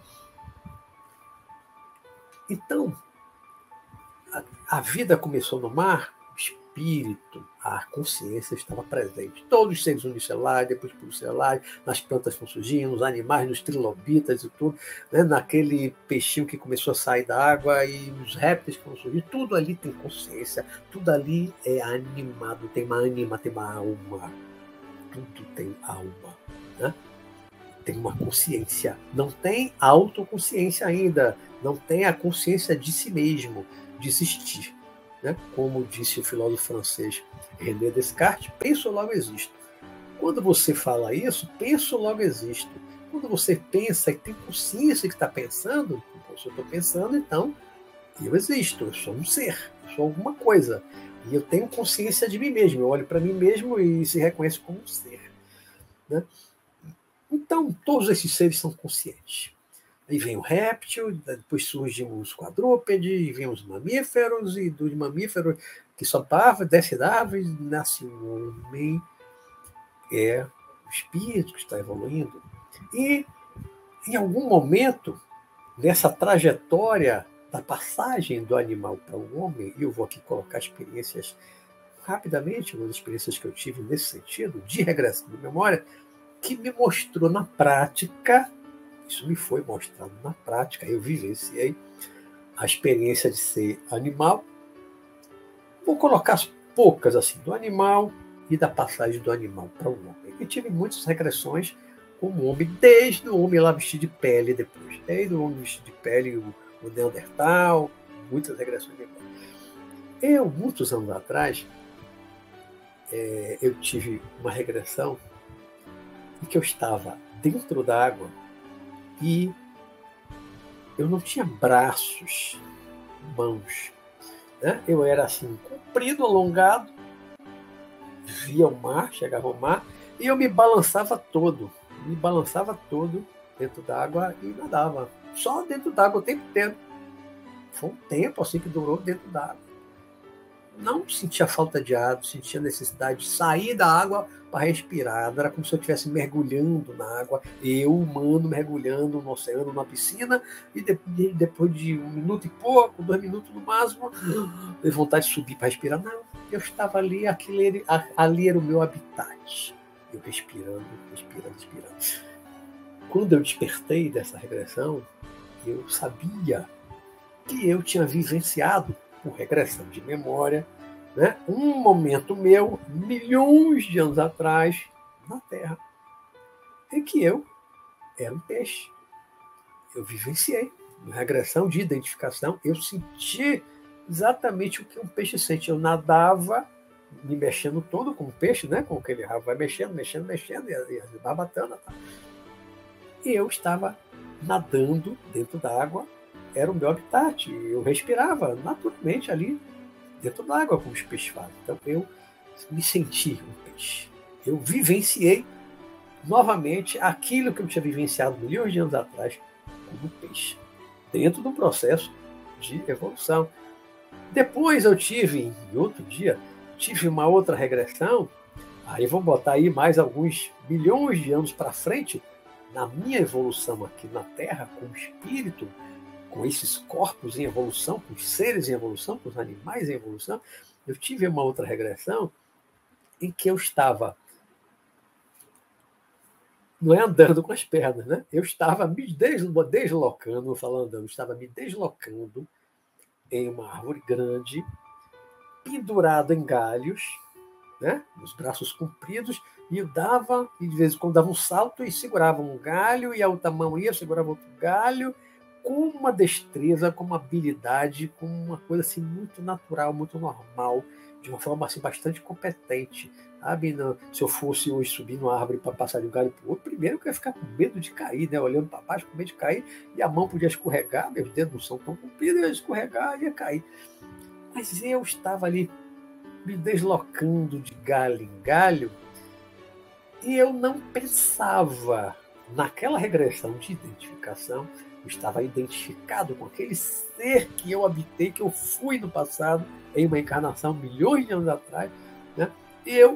Speaker 1: Então, a, a vida começou no mar, o espírito, a consciência estava presente. Todos os seres unicelulares, depois pluricelulares, nas plantas foram surgindo, nos animais, nos trilobitas e tudo, né? Naquele peixinho que começou a sair da água e os répteis que foram surgir, tudo ali tem consciência, tudo ali é animado, tem uma ânima, tem uma alma, tudo tem alma, né? Tem uma consciência, não tem autoconsciência ainda, não tem a consciência de si mesmo, de existir, né? Como disse o filósofo francês René Descartes, penso logo existo. Quando você fala isso, penso logo existo. Quando você pensa e tem consciência que está pensando, se eu estou pensando, então eu existo, eu sou um ser, eu sou alguma coisa. E eu tenho consciência de mim mesmo, eu olho para mim mesmo e se reconheço como um ser, né? Então, todos esses seres são conscientes. Aí vem o réptil, depois surgem os quadrúpedes, vem os mamíferos, e dos mamíferos que só árvore, desce da árvore, nasce um homem, é o espírito que está evoluindo. E, em algum momento, nessa trajetória da passagem do animal para o homem, e eu vou aqui colocar experiências rapidamente, umas experiências que eu tive nesse sentido, de regressão de memória, que me mostrou na prática, isso me foi mostrado na prática, eu vivenciei a experiência de ser animal. Vou colocar as poucas assim, do animal e da passagem do animal para o homem. Eu tive muitas regressões como homem, desde o homem lá vestido de pele depois, desde o homem vestido de pele, o, o Neandertal, muitas regressões depois. Eu, muitos anos atrás, é, eu tive uma regressão em que eu estava dentro d'água e eu não tinha braços, mãos, né? Eu era assim, comprido, alongado, via o mar, chegava ao mar, e eu me balançava todo, me balançava todo dentro d'água e nadava, só dentro d'água o tempo inteiro. Foi um tempo assim que durou dentro d'água. Não sentia falta de ar, sentia necessidade de sair da água para respirar. Era como se eu estivesse mergulhando na água, eu, humano, mergulhando no oceano, na piscina, e de, de, depois de um minuto e pouco, dois minutos no máximo, dei vontade de subir para respirar. Não, eu estava ali, aquele, ali era o meu habitat. Eu respirando, respirando, respirando. Quando eu despertei dessa regressão, eu sabia que eu tinha vivenciado, por regressão de memória, né, um momento meu, milhões de anos atrás, na Terra, em que eu era um peixe. Eu vivenciei, uma regressão de identificação, eu senti exatamente o que um peixe sente. Eu nadava, me mexendo todo como peixe, né, com aquele rabo, vai mexendo, mexendo, mexendo, e a barbatana. Tá? E eu estava nadando dentro da água, era o meu habitat, eu respirava naturalmente ali dentro da água, como os peixes fazem. Então eu me senti um peixe. Eu vivenciei novamente aquilo que eu tinha vivenciado milhões de anos atrás como peixe, dentro do processo de evolução. Depois eu tive, em outro dia, tive uma outra regressão, aí vamos botar aí mais alguns milhões de anos para frente, na minha evolução aqui na Terra, com o espírito, com esses corpos em evolução, com os seres em evolução, com os animais em evolução, eu tive uma outra regressão em que eu estava, não é andando com as pernas, né? Eu estava me deslocando, não falo andando, eu estava me deslocando em uma árvore grande, pendurado em galhos, né? Os braços compridos, e eu dava, e de vez em quando dava um salto e segurava um galho, e a outra mão ia, segurava outro galho, com uma destreza, com uma habilidade, com uma coisa assim muito natural, muito normal, de uma forma assim bastante competente. Sabe? Não, se eu fosse hoje subir numa árvore para passar de um galho para o outro, primeiro eu ia ficar com medo de cair, né? Olhando para baixo, com medo de cair, e a mão podia escorregar, meus dedos não são tão compridos, eu ia escorregar e ia cair. Mas eu estava ali me deslocando de galho em galho, e eu não pensava naquela regressão de identificação. Eu estava identificado com aquele ser que eu habitei, que eu fui no passado, em uma encarnação milhões de anos atrás, né? E eu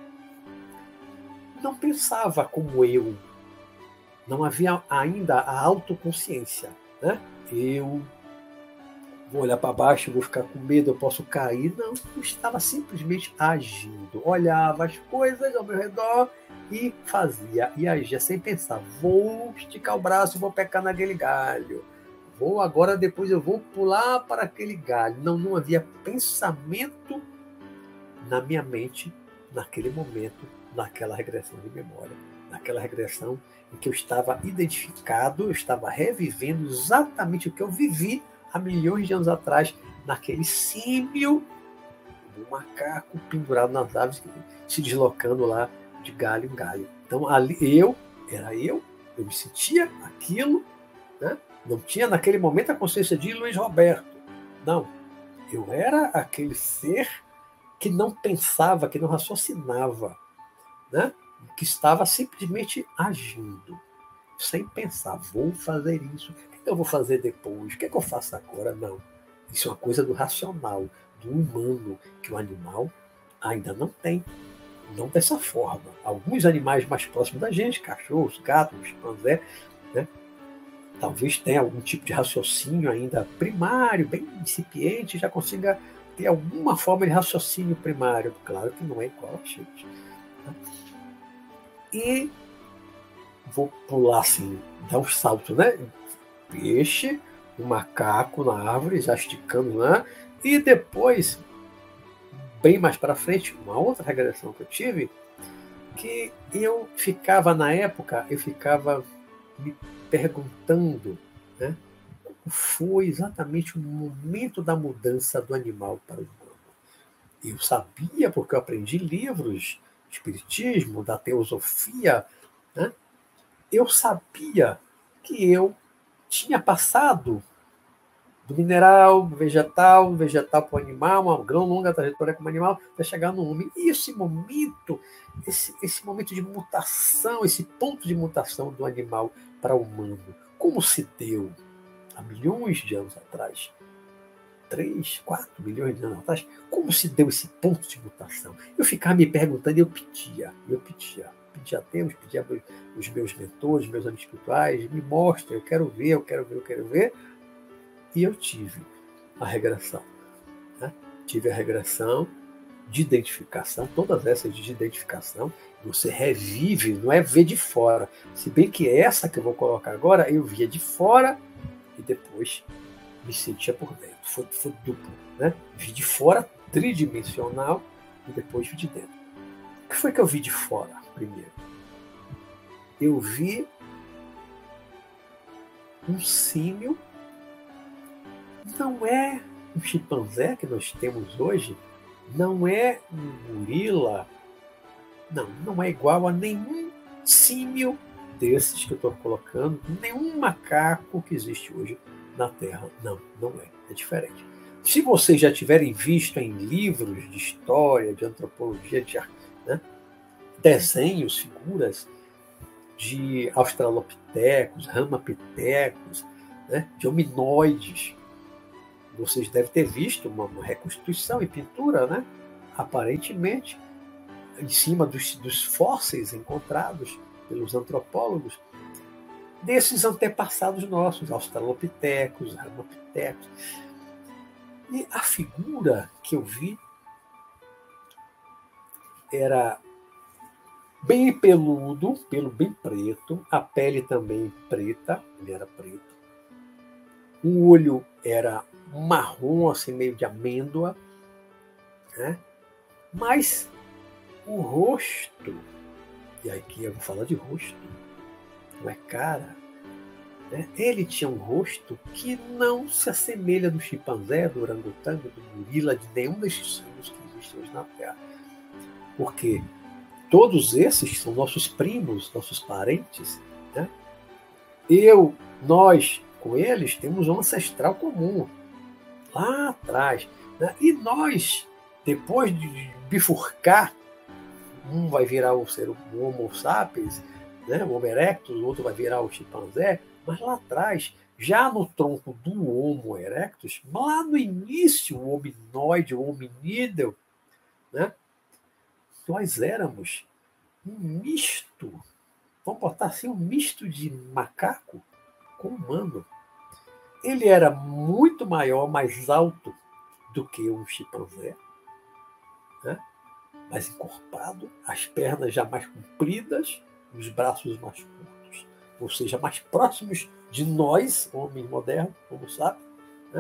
Speaker 1: não pensava como eu. Não havia ainda a autoconsciência, né? Eu vou olhar para baixo, vou ficar com medo, eu posso cair. Não, eu estava simplesmente agindo. Olhava as coisas ao meu redor e fazia, e agia sem pensar. Vou esticar o braço, vou pecar naquele galho. Vou agora, depois eu vou pular para aquele galho. Não, não havia pensamento na minha mente naquele momento, naquela regressão de memória, naquela regressão em que eu estava identificado, eu estava revivendo exatamente o que eu vivi há milhões de anos atrás, naquele símio, um macaco pendurado nas árvores, se deslocando lá de galho em galho. Então, ali eu, era eu, eu me sentia aquilo, né? Não tinha naquele momento a consciência de Luiz Roberto. Não, eu era aquele ser que não pensava, que não raciocinava, né? Que estava simplesmente agindo, sem pensar, vou fazer isso, o que eu vou fazer depois, o que eu faço agora? Não. Isso é uma coisa do racional, do humano, que o animal ainda não tem. Não dessa forma. Alguns animais mais próximos da gente, cachorros, gatos, chimpanzé, né? Talvez tenha algum tipo de raciocínio ainda primário, bem incipiente, já consiga ter alguma forma de raciocínio primário. Claro que não é igual a gente. Né? E vou pular assim, dar um salto, né? Peixe, um macaco na árvore, já esticando lá, e depois, bem mais para frente, uma outra regressão que eu tive, que eu ficava, na época, eu ficava me perguntando, né, como foi exatamente o momento da mudança do animal para o humano. Eu sabia, porque eu aprendi livros, espiritismo, da teosofia, né? Eu sabia que eu tinha passado do mineral, do vegetal, do vegetal para o animal, uma grande longa trajetória como animal, até chegar no homem. E esse momento, esse, esse momento de mutação, esse ponto de mutação do animal para o humano, como se deu há milhões de anos atrás? Três, quatro milhões de anos atrás? Como se deu esse ponto de mutação? Eu ficava me perguntando e eu pedia, eu pedia. Pedia a Deus, pedia os meus mentores, meus amigos espirituais, me mostrem, eu quero ver, eu quero ver, eu quero ver. E eu tive a regressão. Né? Tive a regressão de identificação, todas essas de identificação, você revive, não é ver de fora. Se bem que essa que eu vou colocar agora, eu via de fora e depois me sentia por dentro. Foi, foi duplo. Né? Vi de fora, tridimensional, e depois vi de dentro. O que foi que eu vi de fora primeiro? Eu vi um símio. Não é um chimpanzé que nós temos hoje, não é um gorila, não, não é igual a nenhum símio desses que eu estou colocando, nenhum macaco que existe hoje na Terra. Não, não é, é diferente. Se vocês já tiverem visto em livros de história, de antropologia, de, né, desenhos, figuras, de australopitecos, ramapitecos, né, de hominoides. Vocês devem ter visto uma, uma reconstituição em pintura, né, aparentemente, em cima dos, dos fósseis encontrados pelos antropólogos, desses antepassados nossos, australopitecos, ramapitecos. E a figura que eu vi era bem peludo, pelo bem preto, a pele também preta, ele era preto. O olho era marrom, assim, meio de amêndoa, né? Mas o rosto, e aqui eu vou falar de rosto, não é cara, né? Ele tinha um rosto que não se assemelha do chimpanzé, do orangotango, do gorila, de nenhum desses seres que existem hoje na Terra. Porque todos esses são nossos primos, nossos parentes, né? Eu, nós, com eles, temos um ancestral comum, lá atrás, né? E nós, depois de bifurcar, um vai virar o ser o Homo sapiens, né? O Homo erectus, o outro vai virar o chimpanzé, mas lá atrás, já no tronco do Homo erectus, lá no início, o hominoide, o hominídeo, né? Nós éramos um misto, vamos botar assim, um misto de macaco com humano. Ele era muito maior, mais alto do que um chimpanzé, né? Mais encorpado, as pernas já mais compridas, os braços mais curtos, ou seja, mais próximos de nós, homens modernos, como sabe, né?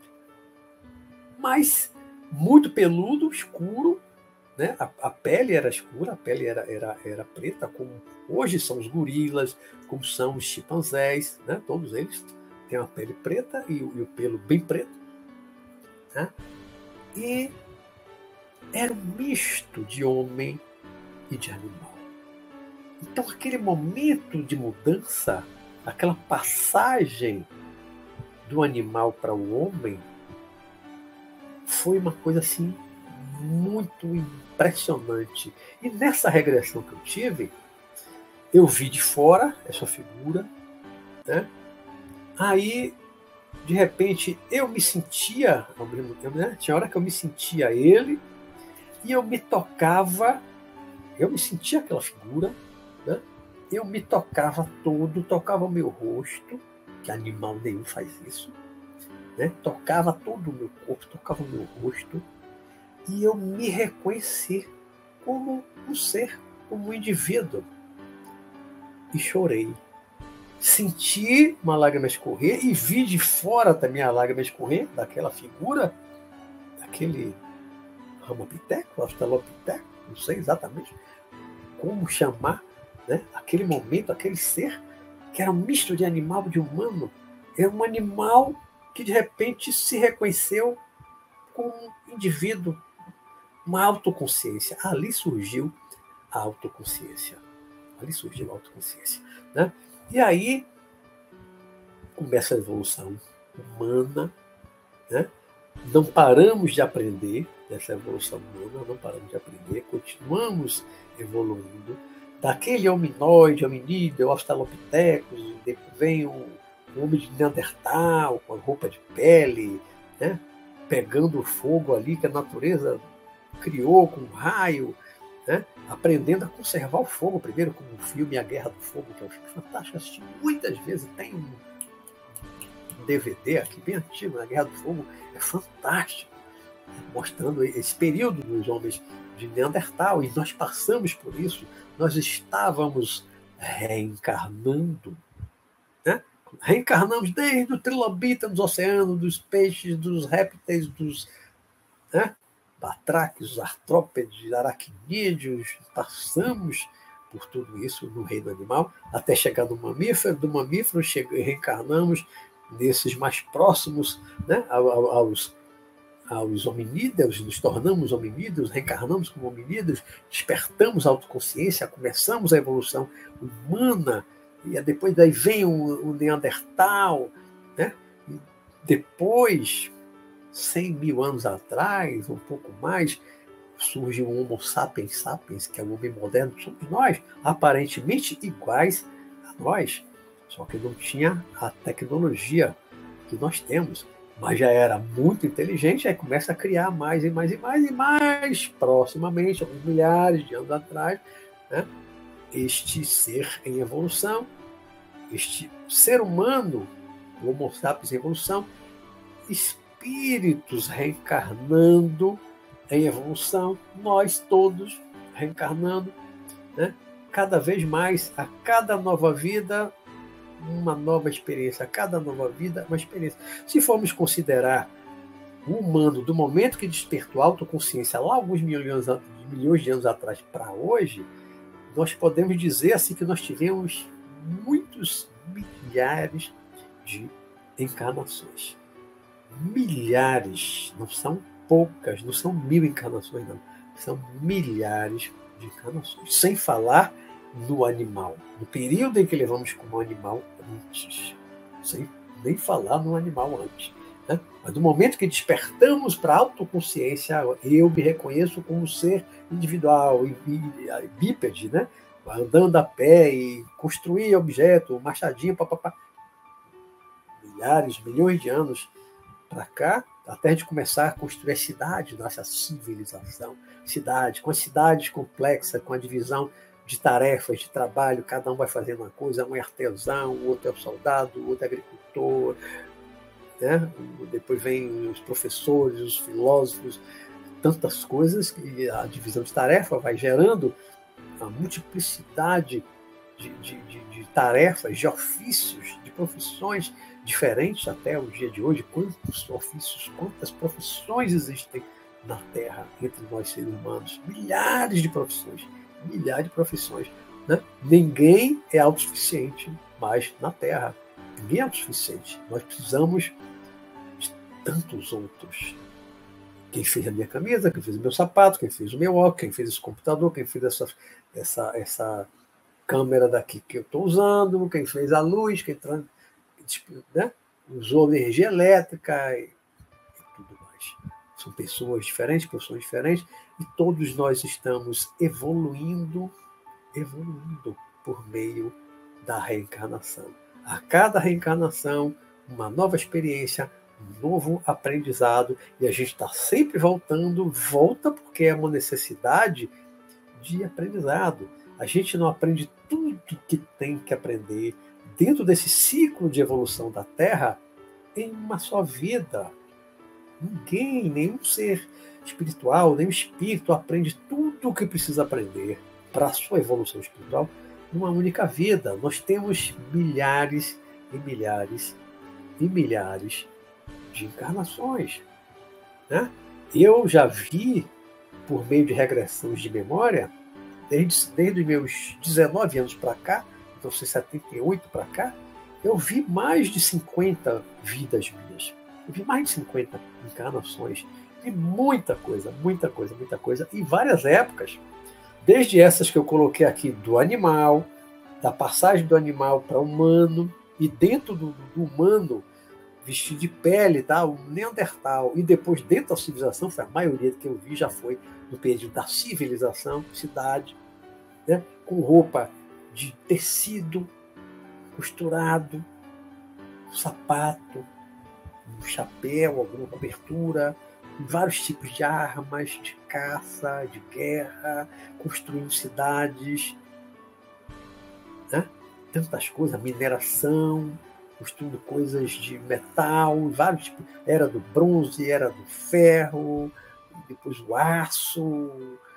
Speaker 1: Mas muito peludo, escuro, né? A, a pele era escura, a pele era, era, era preta, como hoje são os gorilas, como são os chimpanzés, né? Todos eles têm uma pele preta e, e o pelo bem preto, né? E era um misto de homem e de animal. Então, aquele momento de mudança, aquela passagem do animal para o homem, foi uma coisa assim muito impressionante. E nessa regressão que eu tive, eu vi de fora essa figura, né? Aí, de repente, eu me sentia, ao mesmo tempo, né? Tinha hora que eu me sentia ele, e eu me tocava, eu me sentia aquela figura, né? Eu me tocava todo, tocava o meu rosto, que animal nenhum faz isso, né? Tocava todo o meu corpo, tocava o meu rosto, e eu me reconheci como um ser, como um indivíduo. E chorei. Senti uma lágrima escorrer e vi de fora também a lágrima escorrer daquela figura, daquele ramapiteco, australopiteco, não sei exatamente como chamar, né? Aquele momento, aquele ser que era um misto de animal e de humano. Era um animal que de repente se reconheceu como um indivíduo, uma autoconsciência. Ali surgiu a autoconsciência. Ali surgiu a autoconsciência, né? E aí começa a evolução humana, né? Não paramos de aprender dessa evolução humana, não paramos de aprender, continuamos evoluindo. Daquele hominoide, hominídeo, australopithecus, vem o homem de Neandertal, com a roupa de pele, né? Pegando o fogo ali que a natureza criou com um raio, né? Aprendendo a conservar o fogo, primeiro com o filme A Guerra do Fogo, que eu acho fantástico, assisti muitas vezes, tem um D V D aqui bem antigo, A Guerra do Fogo, é fantástico, mostrando esse período dos homens de Neandertal, e nós passamos por isso, nós estávamos reencarnando, né? Reencarnamos desde o trilobita dos oceanos, dos peixes, dos répteis, dos, né? Batráquios, artrópedes, aracnídeos, passamos por tudo isso no reino animal, até chegar no mamífero, do mamífero reencarnamos nesses mais próximos, né, aos, aos hominídeos, nos tornamos hominídeos, reencarnamos como hominídeos, despertamos a autoconsciência, começamos a evolução humana, e depois daí vem o, o Neandertal, né? E depois, cem mil anos atrás, um pouco mais, surge o Homo sapiens sapiens, que é o homem moderno, somos nós, aparentemente iguais a nós, só que não tinha a tecnologia que nós temos, mas já era muito inteligente, aí começa a criar mais e mais e mais e mais proximamente, alguns milhares de anos atrás, né, este ser em evolução, este ser humano, o Homo sapiens em evolução, espíritos reencarnando em evolução, nós todos reencarnando, né? Cada vez mais, a cada nova vida, uma nova experiência, a cada nova vida, uma experiência. Se formos considerar o humano do momento que despertou a autoconsciência, lá alguns milhões, milhões de anos atrás para hoje, nós podemos dizer assim que nós tivemos muitos milhares de encarnações. Milhares, não são poucas, não são mil encarnações, não. São milhares de encarnações. Sem falar no animal, no período em que levamos como animal antes. Sem nem falar no animal antes. Né? Mas no momento que despertamos para a autoconsciência, eu me reconheço como ser individual, e, e, bípede, né? Andando a pé e construir objeto, machadinho, papapá. Milhares, milhões de anos para cá, até a gente começar a construir a cidade, nossa civilização, cidade, com as cidades complexas, com a divisão de tarefas, de trabalho, cada um vai fazendo uma coisa, um é artesão, o outro é o soldado, o outro é agricultor, né? Depois vem os professores, os filósofos, tantas coisas, que a divisão de tarefa vai gerando a multiplicidade de, de, de, de tarefas, de ofícios, de profissões diferentes até o dia de hoje. Quantos ofícios, quantas profissões existem na Terra entre nós seres humanos? Milhares de profissões, milhares de profissões. Né? Ninguém é autossuficiente mais na Terra. Ninguém é autossuficiente. Nós precisamos de tantos outros. Quem fez a minha camisa, quem fez o meu sapato, quem fez o meu óculos, quem fez esse computador, quem fez essa, essa, essa câmera daqui que eu estou usando, quem fez a luz, quem né? usou energia elétrica e, e tudo mais. São pessoas diferentes, pessoas diferentes, e todos nós estamos evoluindo, evoluindo por meio da reencarnação. A cada reencarnação, uma nova experiência, um novo aprendizado, e a gente está sempre voltando, volta porque é uma necessidade de aprendizado. A gente não aprende tudo que tem que aprender dentro desse ciclo de evolução da Terra em uma só vida. Ninguém, nenhum ser espiritual, nenhum espírito aprende tudo o que precisa aprender para a sua evolução espiritual numa única vida. Nós temos milhares e milhares e milhares de encarnações. Né? Eu já vi, por meio de regressões de memória, desde, desde os meus dezenove anos para cá, então setenta e oito para cá, eu vi mais de cinquenta vidas minhas. Eu vi mais de cinquenta encarnações. Vi muita coisa, muita coisa, muita coisa. E várias épocas, desde essas que eu coloquei aqui do animal, da passagem do animal para o humano, e dentro do, do humano, vestido de pele, tá? O Neandertal, e depois dentro da civilização, foi a maioria que eu vi, já foi no período da civilização, cidade, né? Com roupa de tecido costurado, um sapato, um chapéu, alguma cobertura, vários tipos de armas, de caça, de guerra, construindo cidades, né? Tantas coisas, mineração, construindo coisas de metal, vários tipos, era do bronze, era do ferro, depois o aço,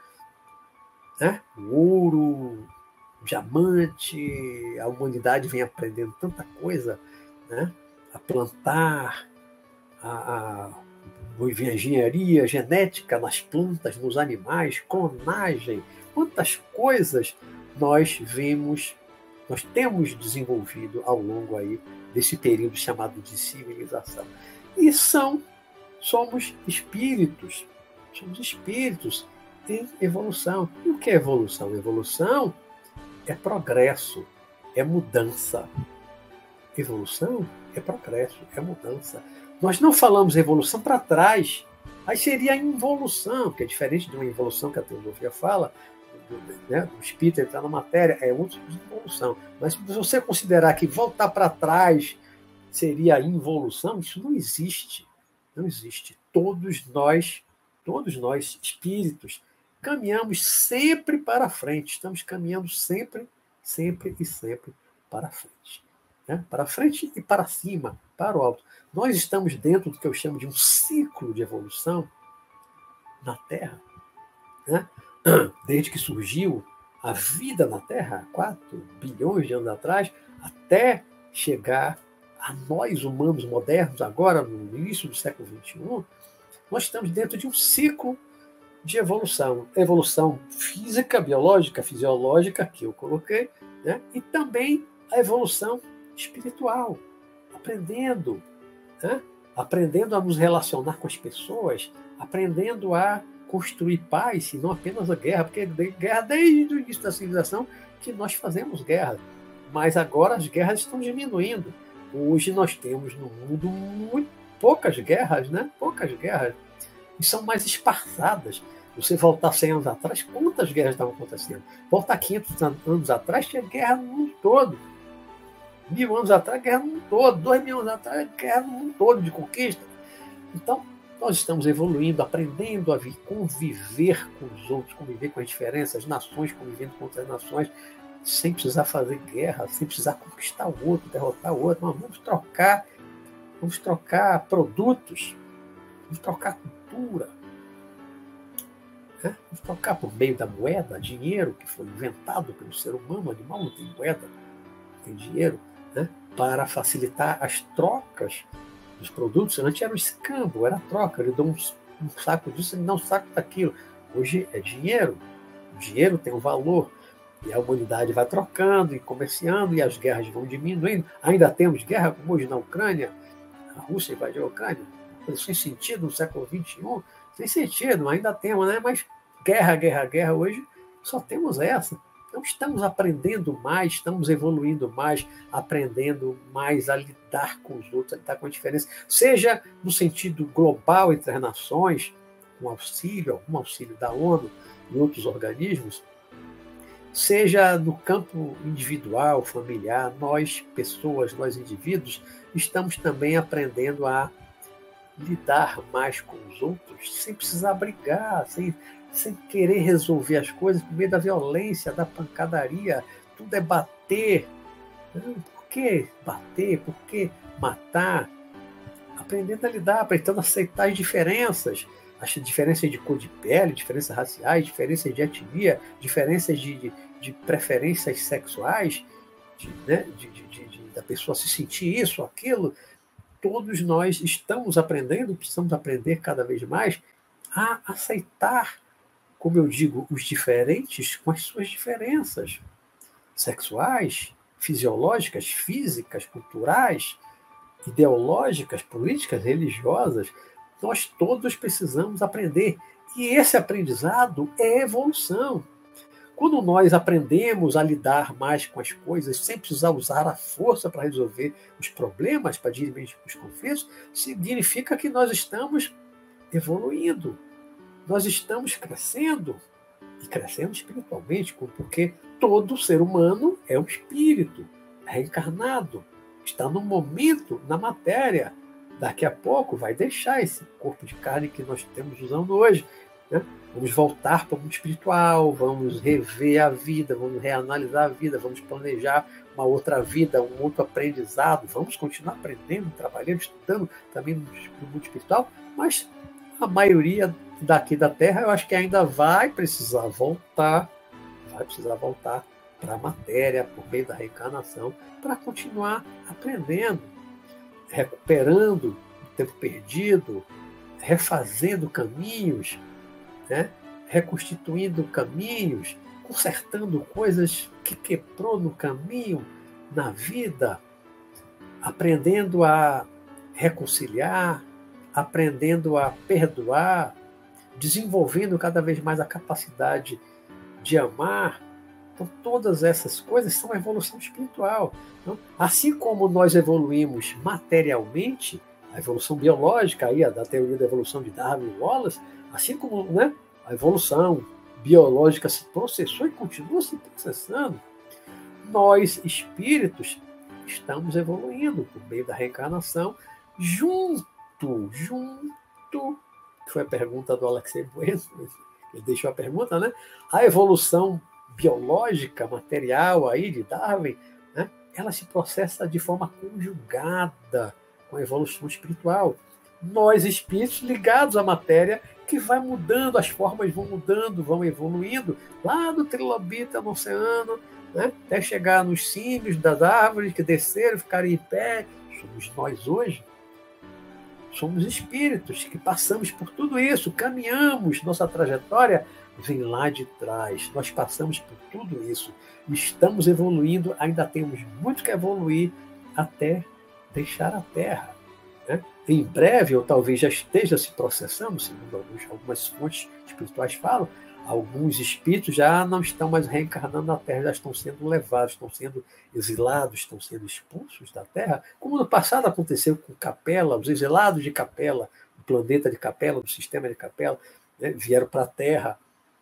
Speaker 1: né? O ouro, o diamante. A humanidade vem aprendendo tanta coisa, né? A plantar, a, a engenharia genética nas plantas, nos animais, clonagem, quantas coisas nós vimos, nós temos desenvolvido ao longo aí desse período chamado de civilização. E são, somos espíritos, somos espíritos em evolução. E o que é evolução? Evolução é progresso, é mudança. Evolução é progresso, é mudança. Nós não falamos evolução para trás. Aí seria a involução, que é diferente de uma involução que a teosofia fala, do, né, do espírito entrar na matéria, é outro tipo de involução. Mas se você considerar que voltar para trás seria a involução, isso não existe. Não existe. Todos nós, todos nós, espíritos, caminhamos sempre para frente. Estamos caminhando sempre, sempre e sempre para frente. Né? Para frente e para cima, para o alto. Nós estamos dentro do que eu chamo de um ciclo de evolução na Terra. Né? Desde que surgiu a vida na Terra, há quatro bilhões de anos atrás, até chegar a nós, humanos modernos, agora, no início do século vinte e um, nós estamos dentro de um ciclo de evolução. Evolução física, biológica, fisiológica, que eu coloquei, né? E também a evolução espiritual, aprendendo, né? Aprendendo a nos relacionar com as pessoas, aprendendo a construir paz, e não apenas a guerra, porque guerra desde o início da civilização que nós fazemos guerra, mas agora as guerras estão diminuindo. Hoje nós temos no mundo muito poucas guerras, né? Poucas guerras, e são mais esparçadas. Você voltar cem anos atrás, quantas guerras estavam acontecendo? Voltar quinhentos anos atrás, tinha guerra no mundo todo. Mil anos atrás, guerra no mundo todo. Dois mil anos atrás, guerra no mundo todo de conquista. Então, nós estamos evoluindo, aprendendo a conviver com os outros, conviver com as diferenças, nações convivendo com outras nações, sem precisar fazer guerra, sem precisar conquistar o outro, derrotar o outro. Nós vamos trocar, vamos trocar produtos, vamos trocar cultura. Né? Vamos trocar por meio da moeda, dinheiro que foi inventado pelo ser humano. O animal não tem moeda, não tem dinheiro, né? Para facilitar as trocas dos produtos. Antes era o escambo, era a troca. Ele dá um, um saco disso, ele dá um saco daquilo. Hoje é dinheiro. O dinheiro tem um valor. E a humanidade vai trocando e comerciando, e as guerras vão diminuindo. Ainda temos guerra, como hoje na Ucrânia. A Rússia invadiu a Ucrânia. Coisa sem sentido no século vinte e um. Sem sentido, ainda temos, né? Mas guerra, guerra, guerra, hoje só temos essa. Então estamos aprendendo mais, estamos evoluindo mais, aprendendo mais a lidar com os outros, a lidar com a diferença. Seja no sentido global entre as nações, com auxílio, algum auxílio da ONU e outros organismos, seja no campo individual, familiar, nós, pessoas, nós indivíduos, estamos também aprendendo a lidar mais com os outros, sem precisar brigar, sem, sem querer resolver as coisas por meio da violência, da pancadaria. Tudo é bater. Por que bater? Por que matar? Aprendendo a lidar, aprendendo a aceitar as diferenças. As diferenças de cor de pele, diferenças raciais, diferenças de etnia, diferenças de, de, de preferências sexuais, de, né, de, de, de, de, da pessoa se sentir isso, aquilo. Todos nós estamos aprendendo, precisamos aprender cada vez mais a aceitar, como eu digo, os diferentes com as suas diferenças sexuais, fisiológicas, físicas, culturais, ideológicas, políticas, religiosas. Nós todos precisamos aprender. E esse aprendizado é evolução. Quando nós aprendemos a lidar mais com as coisas, sem precisar usar a força para resolver os problemas, para dirimir os conflitos, significa que nós estamos evoluindo. Nós estamos crescendo, e crescendo espiritualmente, porque todo ser humano é um espírito reencarnado, está no momento, na matéria. Daqui a pouco vai deixar esse corpo de carne que nós temos usando hoje, né? Vamos voltar para o mundo espiritual, vamos rever a vida, vamos reanalisar a vida, vamos planejar uma outra vida, um outro aprendizado, vamos continuar aprendendo, trabalhando, estudando também no mundo espiritual, mas a maioria daqui da Terra eu acho que ainda vai precisar voltar, vai precisar voltar para a matéria, por meio da reencarnação, para continuar aprendendo, recuperando o tempo perdido, refazendo caminhos, né? Reconstituindo caminhos, consertando coisas que quebrou no caminho, na vida, aprendendo a reconciliar, aprendendo a perdoar, desenvolvendo cada vez mais a capacidade de amar. Então, todas essas coisas são evolução espiritual. Então, assim como nós evoluímos materialmente, a evolução biológica aí, a da teoria da evolução de Darwin e Wallace, assim como, né, a evolução biológica se processou e continua se processando, nós, espíritos, estamos evoluindo por meio da reencarnação, junto, junto, que foi a pergunta do Alexei Bueno, ele deixou a pergunta, né? A evolução biológica, material aí de Darwin, né? Ela se processa de forma conjugada com a evolução espiritual. Nós, espíritos ligados à matéria, que vai mudando, as formas vão mudando, vão evoluindo, lá do trilobita no oceano, né? Até chegar nos címios das árvores que desceram, ficaram em pé. Somos nós hoje. Somos espíritos que passamos por tudo isso, caminhamos, nossa trajetória vem lá de trás. Nós passamos por tudo isso, estamos evoluindo, ainda temos muito que evoluir até deixar a Terra, né? Em breve, ou talvez já esteja se processando, segundo alguns, algumas fontes espirituais falam, alguns espíritos já não estão mais reencarnando na Terra, já estão sendo levados, estão sendo exilados, estão sendo expulsos da Terra, como no passado aconteceu com Capela, os exilados de Capela, do planeta de Capela, do sistema de Capela, né, vieram para a Terra.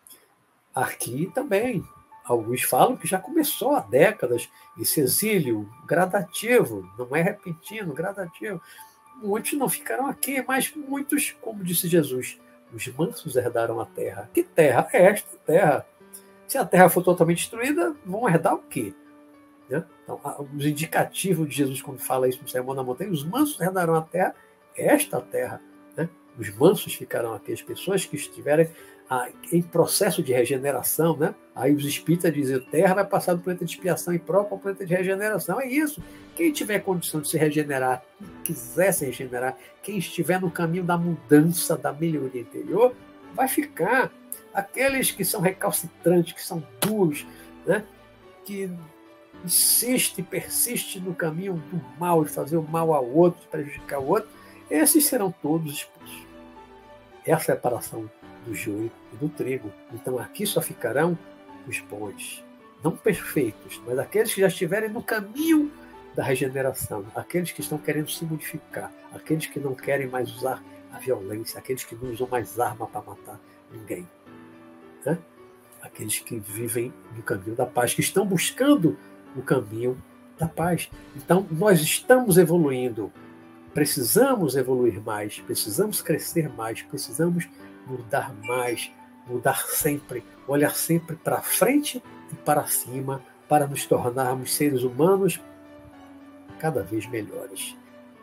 Speaker 1: Aqui também, alguns falam que já começou há décadas esse exílio gradativo, não é repentino, gradativo. Muitos não ficaram aqui, mas muitos, como disse Jesus, os mansos herdaram a terra. Que terra? É esta terra. Se a terra for totalmente destruída, vão herdar o quê? Né? Então, os indicativos de Jesus, quando fala isso no Sermão da Montanha, os mansos herdarão a terra, é esta terra. Né? Os mansos ficarão aqui, as pessoas que estiverem ah, em processo de regeneração. Né? Aí os espíritas dizem, a terra vai passar do planeta de expiação e próprio ao planeta de regeneração. É isso. Quem tiver condição de se regenerar, quem quiser se regenerar, quem estiver no caminho da mudança, da melhoria interior, vai ficar. Aqueles que são recalcitrantes, que são duros, né? Que insiste, persiste no caminho do mal, de fazer o mal ao outro, de prejudicar o outro, esses serão todos expulsos. É a separação do joio e do trigo. Então aqui só ficarão os bons, não perfeitos, mas aqueles que já estiverem no caminho da regeneração, aqueles que estão querendo se modificar, aqueles que não querem mais usar a violência, aqueles que não usam mais arma para matar ninguém, né? Aqueles que vivem no caminho da paz, que estão buscando o caminho da paz. Então, nós estamos evoluindo, precisamos evoluir mais, precisamos crescer mais, precisamos mudar mais, mudar sempre, olhar sempre para frente e para cima, para nos tornarmos seres humanos cada vez melhores,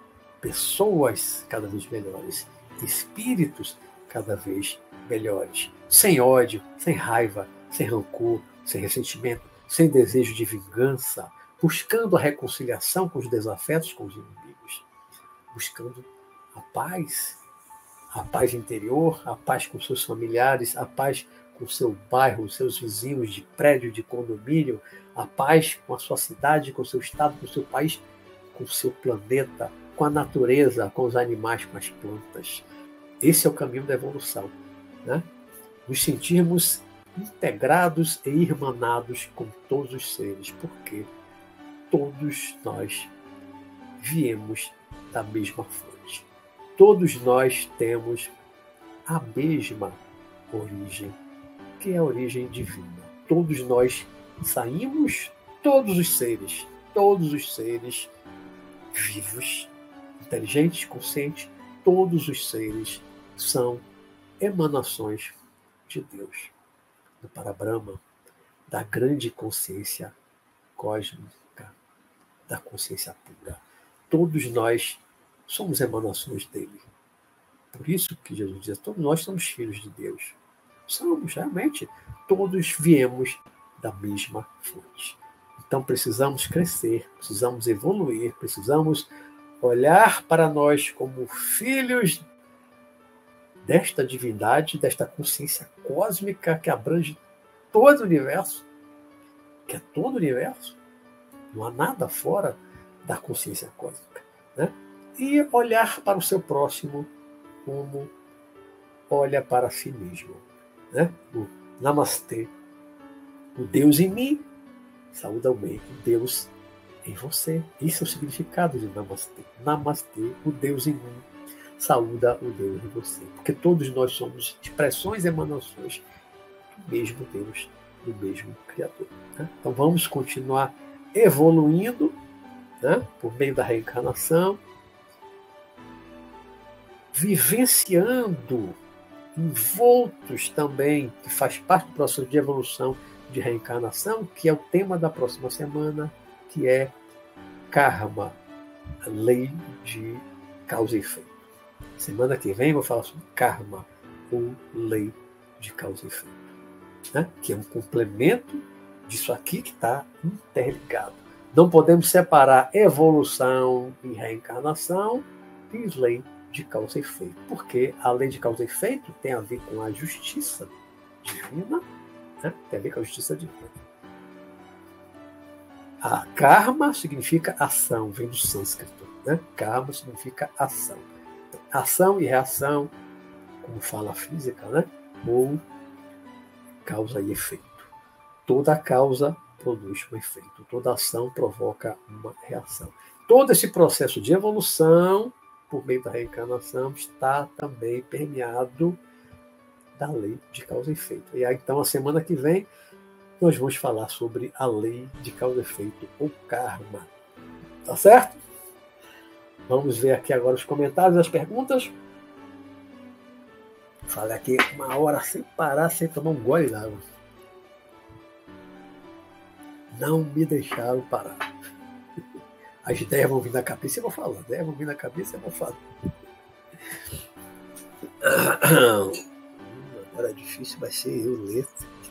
Speaker 1: pessoas cada vez melhores, espíritos cada vez melhores, sem ódio, sem raiva, sem rancor, sem ressentimento, sem desejo de vingança, buscando a reconciliação com os desafetos, com os inimigos, buscando a paz, a paz interior, a paz com seus familiares, a paz com o seu bairro, os seus vizinhos de prédio, de condomínio, a paz com a sua cidade, com o seu estado, com o seu país, com o seu planeta, com a natureza, com os animais, com as plantas. Esse é o caminho da evolução, né? Nos sentirmos integrados e irmanados com todos os seres, porque todos nós viemos da mesma fonte. Todos nós temos a mesma origem, que é a origem divina. Todos nós saímos, todos os seres, todos os seres vivos, inteligentes, conscientes, todos os seres são emanações de Deus, do Parabrahma, da grande consciência cósmica, da consciência pura. Todos nós somos emanações dele. Por isso que Jesus diz, todos nós somos filhos de Deus. Somos, realmente, todos viemos da mesma fonte. Então precisamos crescer, precisamos evoluir, precisamos olhar para nós como filhos desta divindade, desta consciência cósmica que abrange todo o universo, que é todo o universo, não há nada fora da consciência cósmica, né? E olhar para o seu próximo como olha para si mesmo, né? O Namastê, o Deus em mim, saúde ao meio, o Deus em você. Isso é o significado de Namastê. Namastê, o Deus em mim, saúda o Deus em você. Porque todos nós somos expressões e emanações do mesmo Deus, do mesmo Criador. Né? Então vamos continuar evoluindo, né, por meio da reencarnação, vivenciando envoltos também, que faz parte do processo de evolução de reencarnação, que é o tema da próxima semana, que é Karma, a lei de causa e efeito. Semana que vem eu vou falar sobre Karma, ou lei de causa e efeito, né? Que é um complemento disso aqui que está interligado. Não podemos separar evolução e reencarnação e lei de causa e efeito, porque a lei de causa e efeito tem a ver com a justiça divina, né? Tem a ver com a justiça divina. A karma significa ação, vem do sânscrito, né? Karma significa ação. Ação e reação, como fala a física, né? Ou causa e efeito. Toda causa produz um efeito, toda ação provoca uma reação. Todo esse processo de evolução, por meio da reencarnação, está também permeado da lei de causa e efeito. E aí, então, a semana que vem, nós vamos falar sobre a lei de causa e efeito, ou karma. Tá certo? Vamos ver aqui agora os comentários, as perguntas. Falei aqui uma hora sem parar, sem tomar um gole d'água. Não me deixaram parar. As ideias vão vir na cabeça e eu vou falar. As ideias vão vir na cabeça e eu vou falar. Agora é difícil, vai ser eu ler.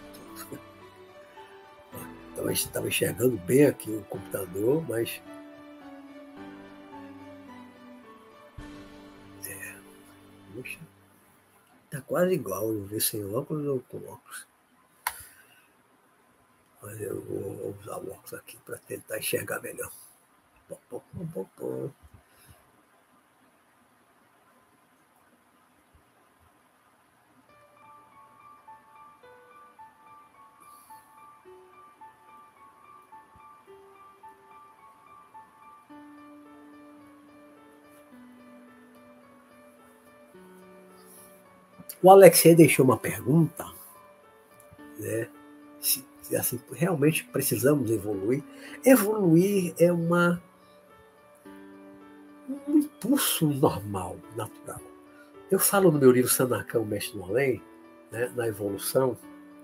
Speaker 1: Estava enxergando bem aqui o computador, mas... É, puxa, tá quase igual eu ver sem óculos ou com óculos. Mas eu vou usar o óculos aqui para tentar enxergar melhor. Pô, pô, pô, pô, pô. O Alexei deixou uma pergunta, né? Se, se assim, realmente precisamos evoluir. Evoluir é uma, um impulso normal, natural. Eu falo no meu livro Sanakam, o Mestre no Além, né, na evolução,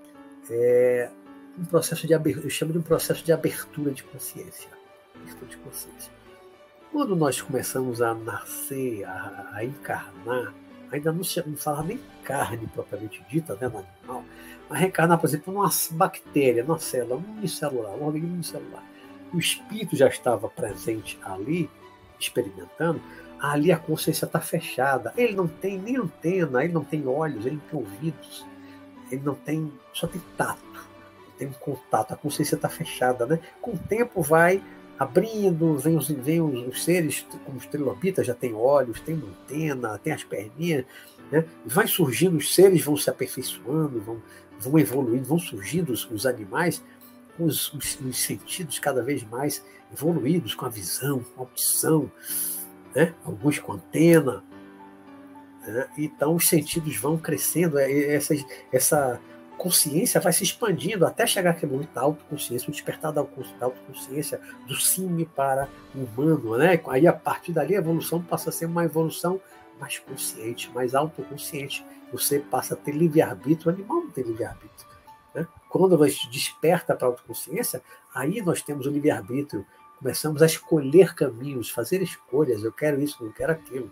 Speaker 1: é um processo de abertura, eu chamo de um processo de abertura de consciência. Abertura de consciência. Quando nós começamos a nascer, a, a encarnar, ainda não se não fala nem carne propriamente dita, né, no animal, mas reencarnar, por exemplo, numa bactéria, numa célula, unicelular, um organismo unicelular. O espírito já estava presente ali, experimentando, ali a consciência está fechada. Ele não tem nem antena, ele não tem olhos, ele não tem ouvidos, ele não tem, só tem tato, tem um contato, a consciência está fechada, né? Com o tempo vai abrindo, vem os, vem os, os seres, como os trilobitas, já tem olhos, tem uma antena, tem as perninhas, né? Vai surgindo, os seres vão se aperfeiçoando, vão, vão evoluindo, vão surgindo os, os animais com os, os, os sentidos cada vez mais evoluídos, com a visão, com a audição, né? Alguns com antena, né? Então os sentidos vão crescendo, essa, essa consciência vai se expandindo até chegar aquele momento da autoconsciência, o despertar da autoconsciência, do cime para o humano, né? Aí a partir dali a evolução passa a ser uma evolução mais consciente, mais autoconsciente. Você passa a ter livre-arbítrio, o animal não tem livre-arbítrio, né? Quando você desperta para a autoconsciência, aí nós temos o livre-arbítrio, começamos a escolher caminhos, fazer escolhas, eu quero isso, eu quero aquilo,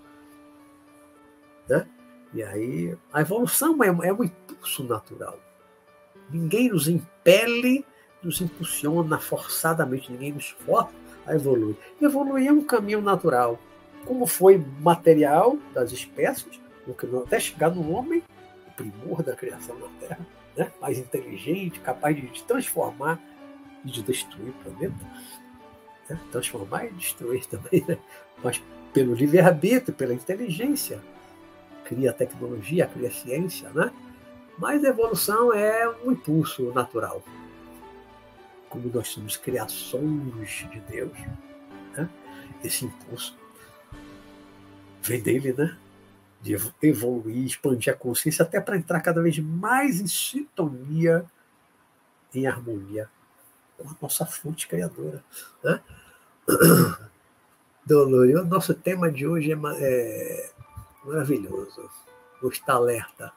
Speaker 1: né? E aí a evolução é, é um impulso natural. Ninguém nos impele, nos impulsiona forçadamente, ninguém nos força a evoluir. Evoluir é um caminho natural. Como foi material das espécies, até chegar no homem, o primor da criação na Terra, né? Mais inteligente, capaz de transformar e de destruir o planeta. Né? Transformar e destruir também, né? Mas pelo livre-arbítrio, pela inteligência. Cria tecnologia, cria ciência, né? Mas a evolução é um impulso natural. como nós somos criações de Deus, né? Esse impulso vem dele, né? De evoluir, expandir a consciência, até para entrar cada vez mais em sintonia, em harmonia com a nossa fonte criadora, né? Dolor, o nosso tema de hoje é, é maravilhoso. Vou estar alerta.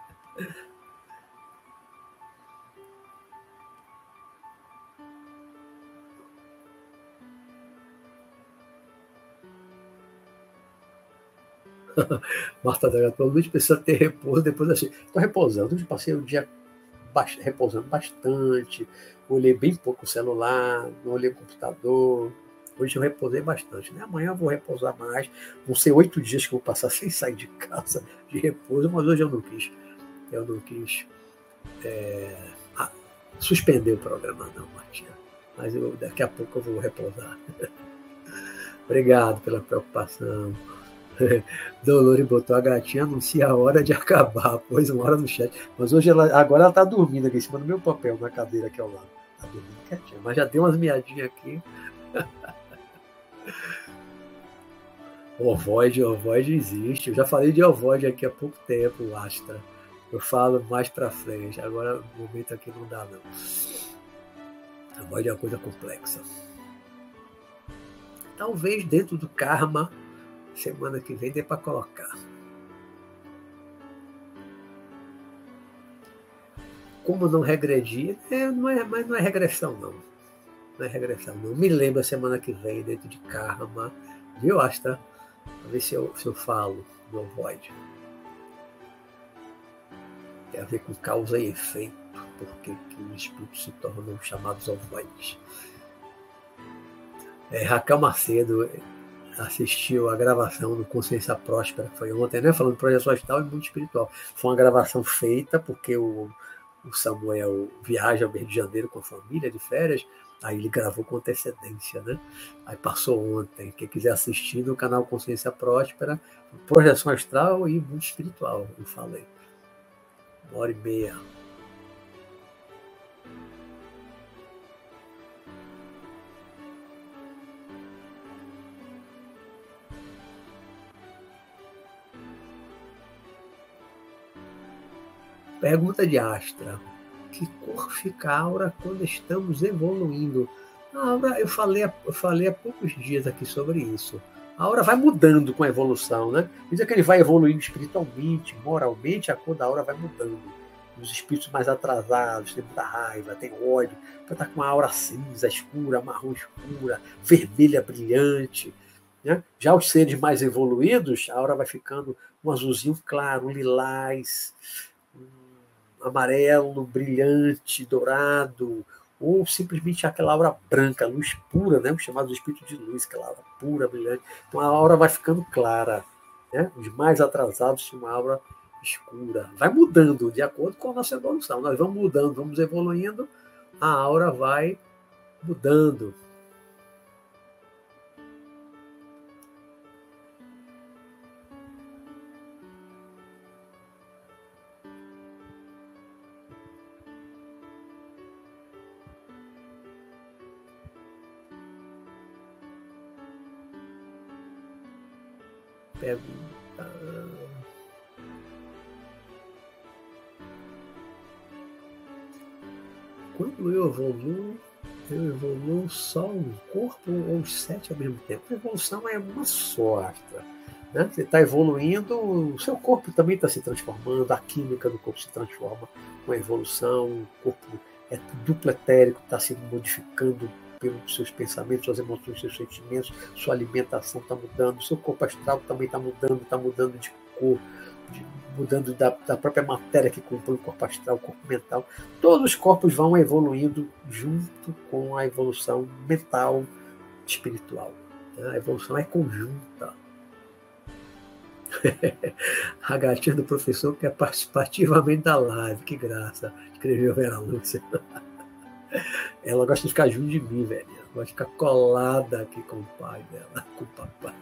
Speaker 1: Marta Delgado falou, Luiz precisa ter repouso, depois assim, estou repousando, hoje passei o dia bast- repousando bastante, olhei bem pouco o celular, não olhei o computador, hoje eu repousei bastante, né? Amanhã eu vou repousar mais, vão ser oito dias que eu vou passar sem sair de casa de repouso, mas hoje eu não quis, eu não quis é, ah, suspender o programa não, Martinha, mas eu, daqui a pouco eu vou repousar. Obrigado pela preocupação. Dolores botou a gatinha, anuncia a hora de acabar, pôs uma hora no chat. Mas hoje ela, agora ela está dormindo aqui em cima do meu papel, na cadeira aqui ao lado. Está dormindo quietinha, mas já deu umas miadinhas aqui. Ovoide, ovoide existe. Eu já falei de ovoide aqui há pouco tempo, Astra. Eu falo mais para frente. Agora, no momento aqui não dá, não. Ovoide é uma coisa complexa. Talvez dentro do karma, semana que vem dê para colocar. Como não regredir, é, não é, mas não é regressão, não. Não é regressão, não. Me lembra semana que vem, dentro de karma, viu, Astra? Pra ver se eu, se eu falo do ovoide. Tem a ver com causa e efeito, porque que os espíritos se tornam chamados ovoides. É, Raquel Macedo assistiu a gravação do Consciência Próspera, que foi ontem, né? Falando de projeção astral e mundo espiritual. Foi uma gravação feita porque o, o Samuel viaja ao Rio de Janeiro com a família de férias, aí ele gravou com antecedência, né? Aí passou ontem. Quem quiser assistir no canal Consciência Próspera, projeção astral e mundo espiritual, eu falei. Uma hora e meia. Pergunta de Astra. Que cor fica a aura quando estamos evoluindo? A aura, eu falei, eu falei há poucos dias aqui sobre isso. A aura vai mudando com a evolução, né? Diz que ele vai evoluindo espiritualmente, moralmente, a cor da aura vai mudando. Os espíritos mais atrasados, tem muita raiva, tem ódio, pode estar com uma aura cinza, escura, marrom escura, vermelha brilhante. Né? Já os seres mais evoluídos, a aura vai ficando um azulzinho claro, um lilás, amarelo, brilhante, dourado, ou simplesmente aquela aura branca, luz pura, né? O chamado espírito de luz, aquela aura pura, brilhante. Então a aura vai ficando clara. Né? Os mais atrasados têm uma aura escura. Vai mudando de acordo com a nossa evolução. Nós vamos mudando, vamos evoluindo, a aura vai mudando. Pergunta. Quando eu evoluo, eu evoluo só um corpo ou os sete ao mesmo tempo? A evolução é uma só, Astra. Né? Você está evoluindo, o seu corpo também está se transformando, a química do corpo se transforma com a evolução, o corpo é duplo etérico, está se modificando pelos seus pensamentos, suas emoções, seus sentimentos, sua alimentação está mudando, seu corpo astral também está mudando, está mudando de cor, de, mudando da, da própria matéria que compõe o corpo astral, o corpo mental. Todos os corpos vão evoluindo junto com a evolução mental, espiritual. A evolução é conjunta. A gatinha do professor quer participar ativamente da live, que graça, escreveu Vera Lúcia. Ela gosta de ficar junto de mim, velho. Ela gosta de ficar colada aqui com o pai dela, com o papai.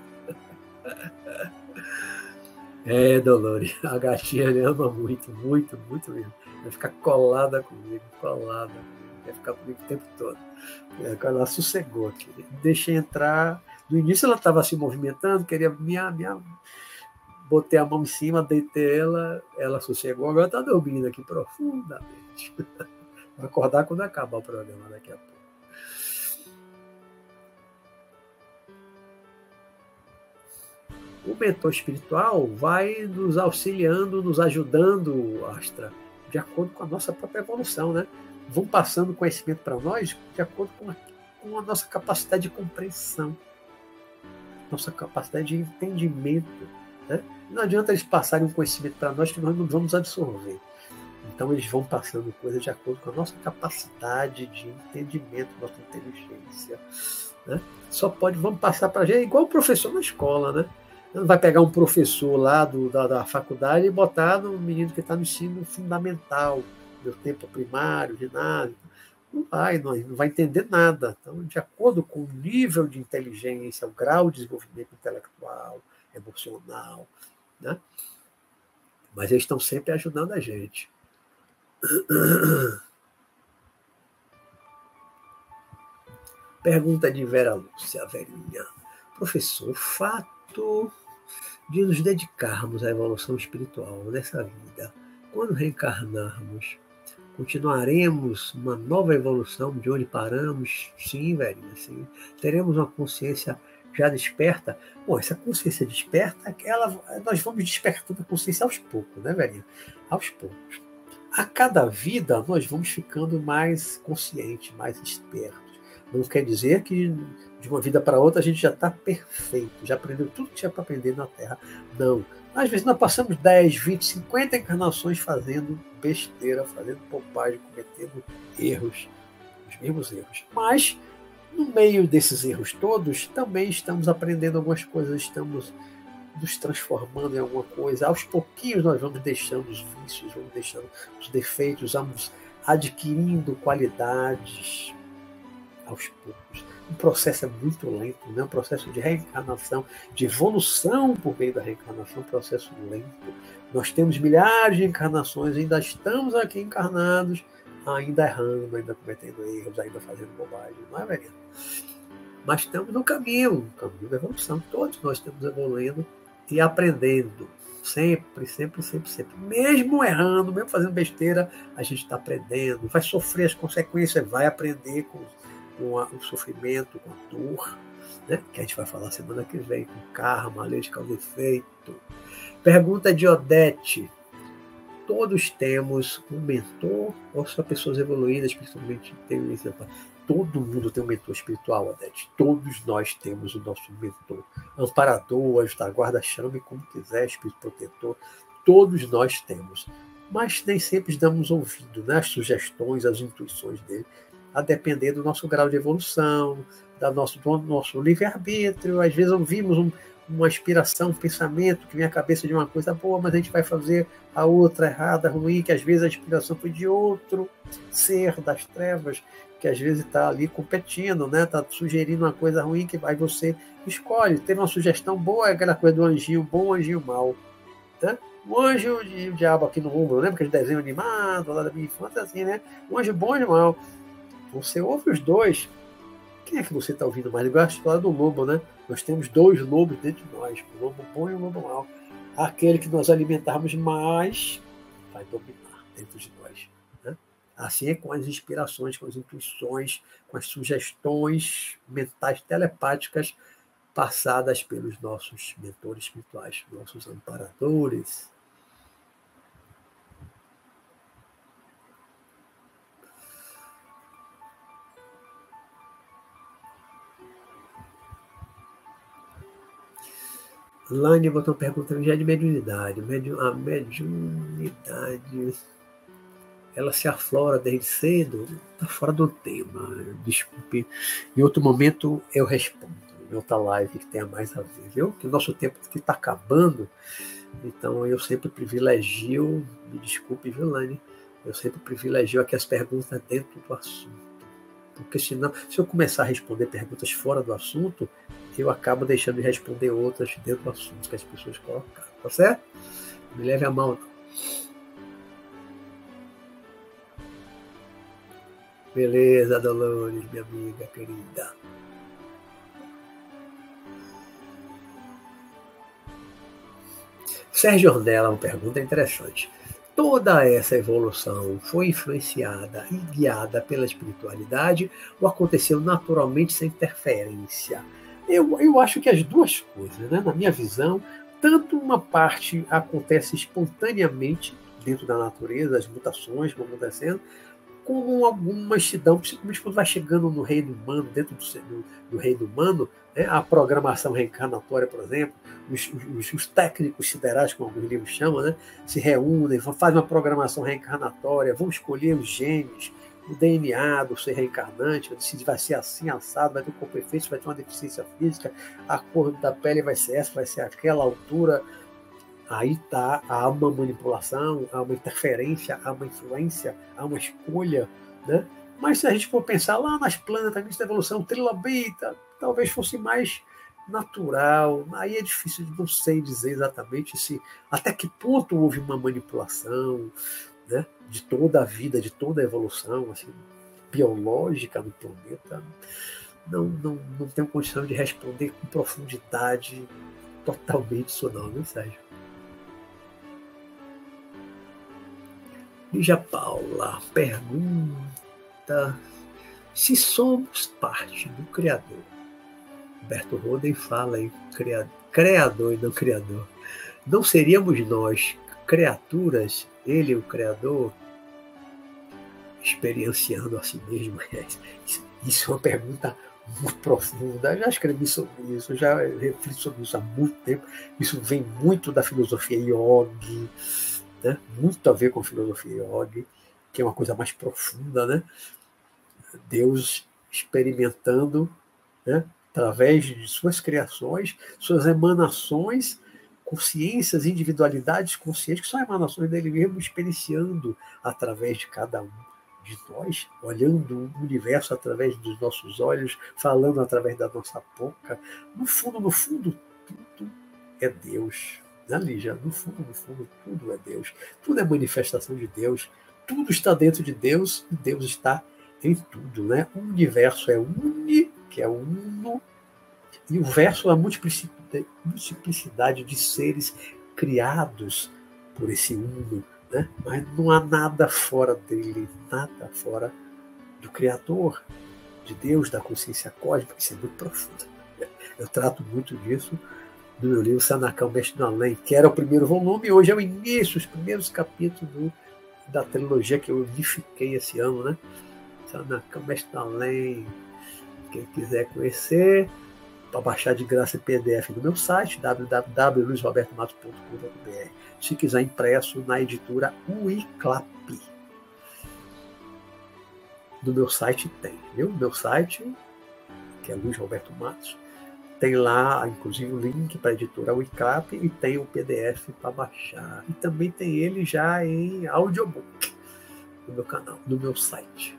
Speaker 1: É, Dolores, a gatinha me ama muito, muito, muito mesmo. Vai ficar colada comigo, colada comigo. quer ficar comigo o tempo todo. Agora ela sossegou aqui. Deixei entrar. No início ela estava se movimentando, queria minha, minha. Botei a mão em cima, deitei ela, ela sossegou, agora está dormindo aqui profundamente. Vai acordar quando acabar o programa daqui a pouco. O mentor espiritual vai nos auxiliando, nos ajudando, Astra, de acordo com a nossa própria evolução, né? Vão passando conhecimento para nós de acordo com a, com a nossa capacidade de compreensão, nossa capacidade de entendimento, né? Não adianta eles passarem um conhecimento para nós que nós não vamos absorver. Então eles vão passando coisas de acordo com a nossa capacidade de entendimento, nossa inteligência, né? Só pode, vamos passar para a gente, igual o professor na escola, né? Não vai pegar um professor lá do, da, da faculdade e botar no menino que está no ensino fundamental, do tempo primário, ginásio. Não vai, não, não vai entender nada. Então, de acordo com o nível de inteligência, o grau de desenvolvimento intelectual, emocional, né? Mas eles estão sempre ajudando a gente. Pergunta de Vera Lúcia, velhinha. Professor, o fato de nos dedicarmos à evolução espiritual nessa vida, quando reencarnarmos, continuaremos uma nova evolução de onde paramos? Sim, velhinha, sim. Teremos uma consciência já desperta. Bom, essa consciência desperta, ela, nós vamos despertando a consciência aos poucos, né, velhinha? Aos poucos. A cada vida, nós vamos ficando mais conscientes, mais espertos. Não quer dizer que de uma vida para outra a gente já está perfeito, já aprendeu tudo que tinha para aprender na Terra. Não. Às vezes nós passamos dez, vinte, cinquenta encarnações fazendo besteira, fazendo bobagem, cometendo erros, os mesmos erros. Mas, no meio desses erros todos, também estamos aprendendo algumas coisas, estamos nos transformando em alguma coisa. Aos pouquinhos nós vamos deixando os vícios, vamos deixando os defeitos, vamos adquirindo qualidades aos poucos. O processo é muito lento, né? Um processo de reencarnação, de evolução por meio da reencarnação, um processo lento. Nós temos milhares de encarnações, ainda estamos aqui encarnados, ainda errando, ainda cometendo erros, ainda fazendo bobagem, não é, velho? Mas estamos no caminho, no caminho da evolução. Todos nós estamos evoluindo e aprendendo. Sempre, sempre, sempre, sempre. Mesmo errando, mesmo fazendo besteira, a gente está aprendendo. Vai sofrer as consequências, vai aprender com com o sofrimento, com a dor, né? Que a gente vai falar semana que vem, com karma, lei de causa e efeito. Pergunta de Odete. Todos temos um mentor ou só pessoas evoluídas, principalmente tem um exemplo? Todo mundo tem um mentor espiritual, Odete. Todos nós temos o nosso mentor. Amparador, ajudar, guarda, chame como quiser, espírito protetor. Todos nós temos. Mas nem sempre damos ouvido, né? As sugestões, as intuições dele, a depender do nosso grau de evolução, da nosso, do nosso livre-arbítrio. Às vezes ouvimos um, uma inspiração, um pensamento que vem à cabeça de uma coisa boa, mas a gente vai fazer a outra errada, ruim, que às vezes a inspiração foi de outro ser das trevas, que às vezes está ali competindo, né? Está sugerindo uma coisa ruim, que aí você escolhe. Teve uma sugestão boa, é aquela coisa do anjinho bom, anjinho mau, né? O anjo e o diabo aqui no ombro, lembra aquele desenho animado lá da minha infância, assim, né? Um anjo bom e anjo mau. Você ouve os dois. Quem é que você está ouvindo mais? Igual a história do lobo, né? Nós temos dois lobos dentro de nós, o lobo bom e o lobo mau. Aquele que nós alimentarmos mais vai dominar dentro de nós, né? Assim é com as inspirações, com as intuições, com as sugestões mentais telepáticas passadas pelos nossos mentores espirituais, nossos amparadores. Lani botou perguntando já de mediunidade. Medium, a mediunidade, ela se aflora desde cedo? Está fora do tema, desculpe. Em outro momento eu respondo, em outra live que tenha mais a ver, viu? Que o nosso tempo aqui está acabando, então eu sempre privilegio, me desculpe, viu, Lani? Eu sempre privilegio aqui as perguntas dentro do assunto. Porque senão, se eu começar a responder perguntas fora do assunto, eu acabo deixando de responder outras dentro do assunto que as pessoas colocaram. Tá certo? Me leve a mal, não. Beleza, Dolores, minha amiga querida. Sérgio Ornella, uma pergunta interessante. Toda essa evolução foi influenciada e guiada pela espiritualidade ou aconteceu naturalmente sem interferência? Eu, eu acho que as duas coisas, né? Na minha visão, tanto uma parte acontece espontaneamente dentro da natureza, as mutações vão acontecendo, como algumas se dão, principalmente quando vai chegando no reino humano, dentro do, do, do reino humano, né? A programação reencarnatória, por exemplo, os, os, os técnicos siderais, como alguns livros chamam, né? Se reúnem, fazem uma programação reencarnatória, vão escolher os genes, o D N A do ser reencarnante, se vai ser assim, assado, vai ter um corpo perfeito, vai ter uma deficiência física, a cor da pele vai ser essa, vai ser aquela altura. Aí tá, há uma manipulação, há uma interferência, há uma influência, há uma escolha, né? Mas se a gente for pensar lá nas plantas, da evolução trilobita, talvez fosse mais natural. Aí é difícil, não sei dizer exatamente se até que ponto houve uma manipulação, né, de toda a vida, de toda a evolução assim, biológica no planeta. Não, não, não tenho condição de responder com profundidade totalmente isso não, né, Sérgio? Lígia Paula pergunta se somos parte do Criador. Roberto Roden fala em Criador e não Criador. Não seríamos nós criaturas, ele, o Criador, experienciando a si mesmo? Isso é uma pergunta muito profunda. Eu já escrevi sobre isso, já reflito sobre isso há muito tempo. Isso vem muito da filosofia yogi, né? Muito a ver com a filosofia yogi, que é uma coisa mais profunda, né? Deus experimentando, né, através de suas criações, suas emanações, consciências, individualidades conscientes, que são emanações dele mesmo, experienciando através de cada um de nós, olhando o universo através dos nossos olhos, falando através da nossa boca. No fundo, no fundo, tudo é Deus. Né, Lígia? No fundo, no fundo, tudo é Deus. Tudo é manifestação de Deus. Tudo está dentro de Deus e Deus está em tudo. Né? O universo é uni, que é uno, e o verso é a multiplicidade de seres criados por esse uno. Né? Mas não há nada fora dele, nada fora do Criador, de Deus, da consciência cósmica. Isso é muito profundo. Eu trato muito disso no meu livro Sanacão, Mestre do Além, que era o primeiro volume, e hoje é o início, os primeiros capítulos do, da trilogia que eu unifiquei esse ano, né? Sanacão, Mestre do Além. Quem quiser conhecer, para baixar de graça em P D F no meu site, w w w ponto luiz roberto matos ponto com ponto b r. Se quiser impresso na editora Uiclap. No meu site tem, viu? Meu site, que é Luiz Roberto Matos, tem lá, inclusive, o link para a editora Uiclap e tem o P D F para baixar. E também tem ele já em audiobook no meu canal, no meu site.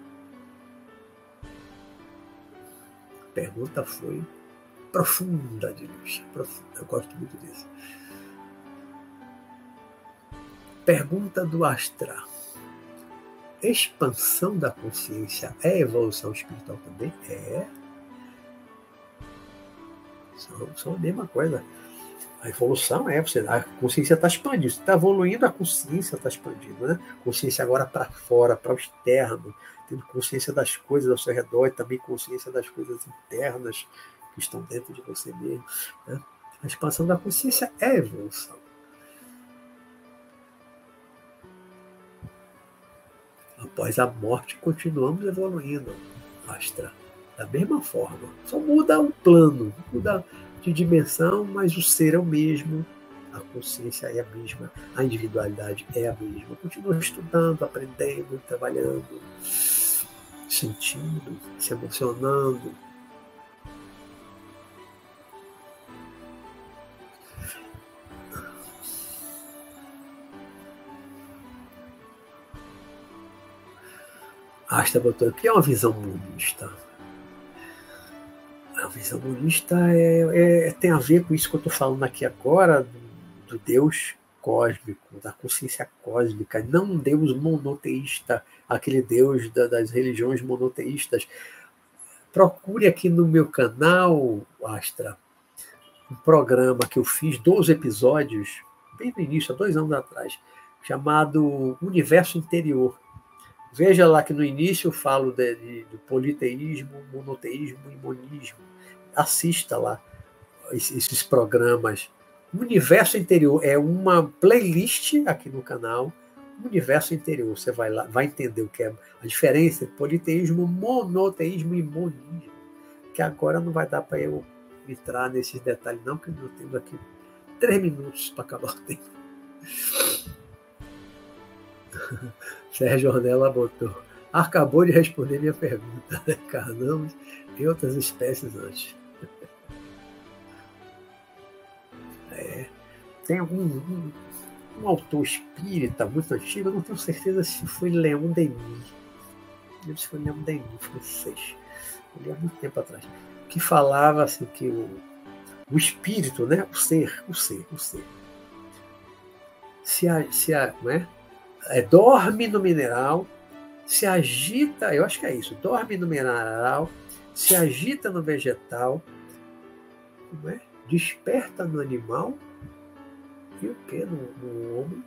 Speaker 1: A pergunta foi profunda, de Lígia, profunda. Eu gosto muito disso. Pergunta do Astra. Expansão da consciência é evolução espiritual também? É. São, são a mesma coisa. A evolução é, você, a consciência está expandindo. Você está evoluindo, a consciência está expandindo. Né? Consciência agora para fora, para o externo. Tendo consciência das coisas ao seu redor e também consciência das coisas internas que estão dentro de você mesmo. Né? A expansão da consciência é evolução. Após a morte, continuamos evoluindo, Astra, da mesma forma. Só muda o plano, muda de dimensão, mas o ser é o mesmo, a consciência é a mesma, a individualidade é a mesma. Continua estudando, aprendendo, trabalhando, sentindo, se emocionando. Asta botou aqui, é uma visão monista. A visão monista é, é, tem a ver com isso que eu estou falando aqui agora, do, do Deus cósmico, da consciência cósmica, não um Deus monoteísta, aquele Deus da, das religiões monoteístas. Procure aqui no meu canal, Astra, um programa que eu fiz, doze episódios, bem no início, há dois anos atrás, chamado Universo Interior. Veja lá que no início eu falo de, de, de politeísmo, monoteísmo e monismo. Assista lá esses programas. Universo Interior é uma playlist aqui no canal. Universo Interior. Você vai lá, vai entender o que é a diferença entre politeísmo, monoteísmo e monismo. Que agora não vai dar para eu entrar nesses detalhes, não, porque nós temos aqui três minutos para acabar o tempo. Sérgio Ornella botou. Acabou de responder minha pergunta. Encarnamos em outras espécies antes. É, tem um, um, um autor espírita muito antigo, eu não tenho certeza se foi Leon Denis. Não se foi Leon Denis, francês. Eu li há muito tempo atrás. Que falava assim que o, o espírito, né, o ser, o ser, o ser, se, a, se a, né, é, dorme no mineral, se agita, eu acho que é isso, dorme no mineral, se agita no vegetal, não é? Desperta no animal e o que no, no homem?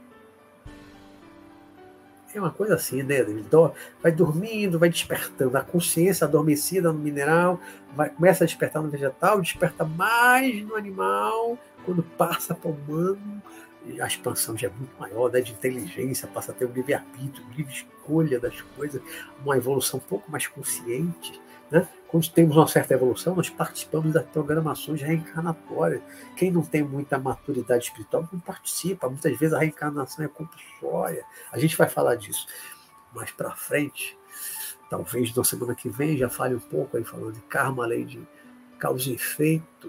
Speaker 1: É uma coisa assim, né? Ele vai dormindo, vai despertando. A consciência adormecida no mineral, vai, começa a despertar no vegetal, desperta mais no animal, quando passa para o humano, a expansão já é muito maior, né, de inteligência, passa a ter um livre-arbítrio, um livre escolha das coisas, uma evolução um pouco mais consciente. Né? Quando temos uma certa evolução, nós participamos das programações reencarnatórias. Quem não tem muita maturidade espiritual não participa. Muitas vezes a reencarnação é compulsória. A gente vai falar disso mais para frente. Talvez na semana que vem já fale um pouco aí falando de karma, lei de causa e efeito.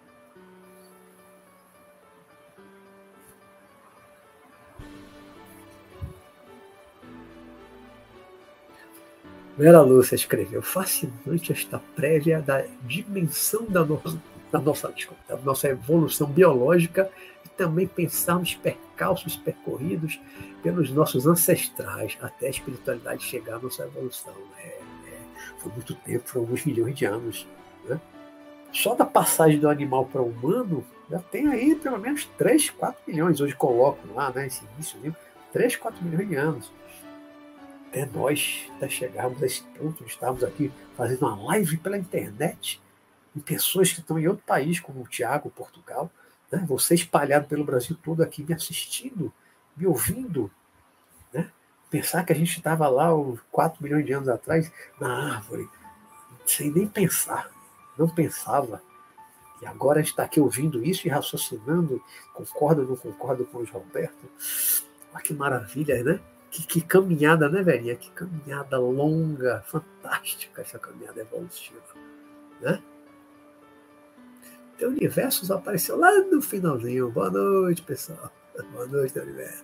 Speaker 1: Vera Lúcia escreveu: fascinante esta prévia da dimensão da nossa, da nossa, da nossa evolução biológica e também pensar nos percalços percorridos pelos nossos ancestrais até a espiritualidade chegar à nossa evolução. É, é, foi muito tempo, foram alguns milhões de anos. Né? Só da passagem do animal para o humano, já tem aí pelo menos três, quatro milhões. Hoje colocam lá, né, esse início, viu? três, quatro milhões de anos. Até nós até chegarmos a esse ponto de estarmos aqui fazendo uma live pela internet e pessoas que estão em outro país, como o Tiago, Portugal, né? Você espalhado pelo Brasil todo aqui me assistindo, me ouvindo. Né? Pensar que a gente estava lá quatro milhões de anos atrás na árvore, sem nem pensar, não pensava. E agora a gente está aqui ouvindo isso e raciocinando, concorda ou não concorda com o Roberto? Olha que maravilha, né? Que, que caminhada, né, velhinha? Que caminhada longa, fantástica essa caminhada evolutiva. Né? Teu Universo apareceu lá no finalzinho. Boa noite, pessoal. Boa noite, Teu Universo.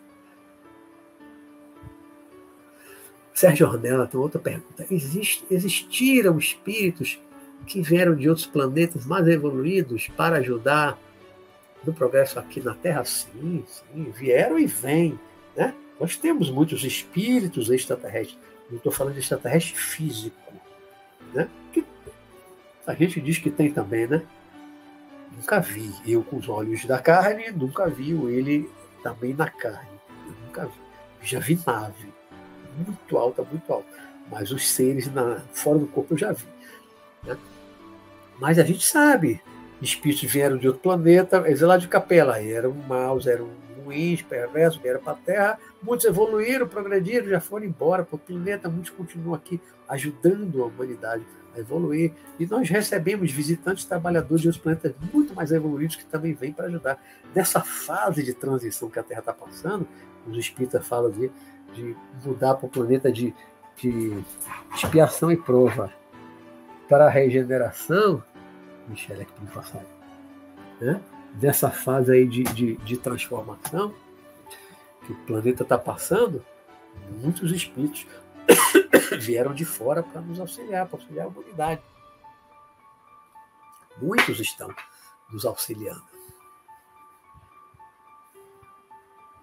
Speaker 1: Sérgio Ornella tem outra pergunta. Exist, existiram espíritos que vieram de outros planetas mais evoluídos para ajudar no progresso aqui na Terra? Sim, sim. Vieram e vêm, né? Nós temos muitos espíritos extraterrestres. Não estou falando de extraterrestre físico. Né? Que a gente diz que tem também, né? Nunca vi. Eu, com os olhos da carne, nunca vi ele também na carne. Eu nunca vi. Já vi nave. Muito alta, muito alta. Mas os seres na, fora do corpo eu já vi. Né? Mas a gente sabe. Espíritos vieram de outro planeta. Eles lá de Capela. Eram maus, eram ruins, perversos, vieram para a Terra, muitos evoluíram, progrediram, já foram embora para o planeta, muitos continuam aqui ajudando a humanidade a evoluir, e nós recebemos visitantes trabalhadores de outros planetas muito mais evoluídos que também vêm para ajudar. Nessa fase de transição que a Terra está passando, os espíritas falam de, de mudar para o planeta de, de expiação e prova para a regeneração, Michele aqui me passar, né? Dessa fase aí de, de, de transformação que o planeta está passando, muitos espíritos vieram de fora para nos auxiliar, para auxiliar a humanidade. Muitos estão nos auxiliando.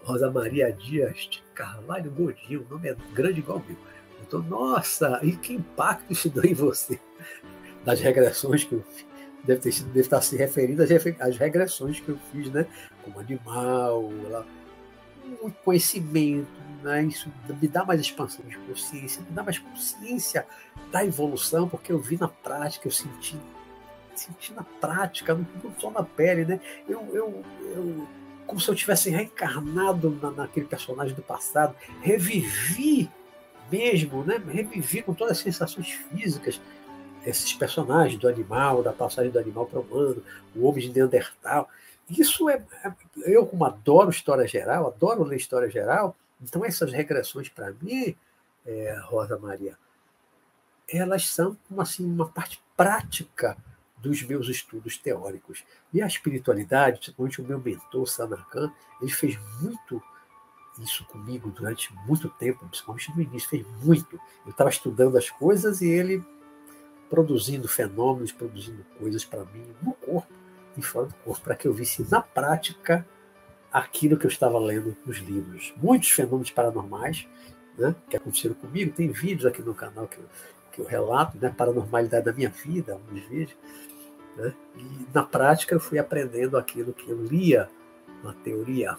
Speaker 1: Rosa Maria Dias de Carvalho Godinho, o nome é grande igual o meu. Então, nossa, e que impacto isso deu em você? Das regressões que eu fiz. Deve, ter, deve estar se referindo às regressões que eu fiz, né? Como animal, lá, muito conhecimento, né? Isso me dá mais expansão de consciência, me dá mais consciência da evolução, porque eu vi na prática, eu senti, senti na prática, não, não só na pele, né? Eu, eu, eu, como se eu tivesse reencarnado na, naquele personagem do passado, revivi mesmo, né? Revivi com todas as sensações físicas esses personagens do animal, da passagem do animal para o humano, o homem de Neandertal. Isso é, eu como adoro história geral, adoro ler história geral, então essas regressões para mim, é, Rosa Maria, elas são uma, assim, uma parte prática dos meus estudos teóricos. E a espiritualidade, principalmente o meu mentor, Sanakan, ele fez muito isso comigo durante muito tempo, principalmente no início, fez muito. Eu estava estudando as coisas e ele produzindo fenômenos, produzindo coisas para mim no corpo e fora do corpo, para que eu visse na prática aquilo que eu estava lendo nos livros. Muitos fenômenos paranormais, né, que aconteceram comigo, tem vídeos aqui no canal que eu, que eu relato, né, paranormalidade da minha vida, alguns vídeos, né, e na prática eu fui aprendendo aquilo que eu lia na teoria.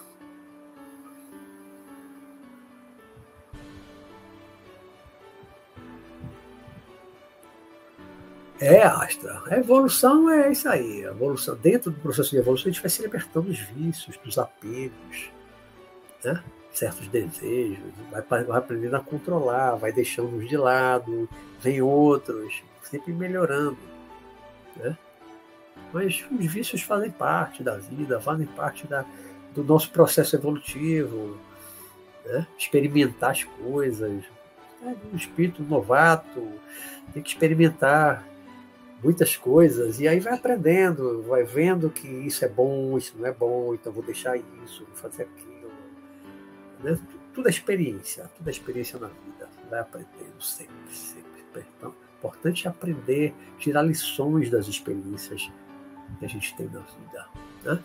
Speaker 1: É, Astra. A evolução é isso aí. A evolução, dentro do processo de evolução, a gente vai se libertando dos vícios, dos apegos, né? Certos desejos, vai, vai aprendendo a controlar, vai deixando uns de lado, vem outros, sempre melhorando, né? Mas os vícios fazem parte da vida, fazem parte da, do nosso processo evolutivo, né? Experimentar as coisas. É um espírito novato, tem que experimentar muitas coisas, e aí vai aprendendo, vai vendo que isso é bom, isso não é bom, então vou deixar isso, vou fazer aquilo. Né? Tudo é experiência, tudo é experiência na vida, vai aprendendo sempre, sempre. Então, é importante aprender, tirar lições das experiências que a gente tem na vida. Né?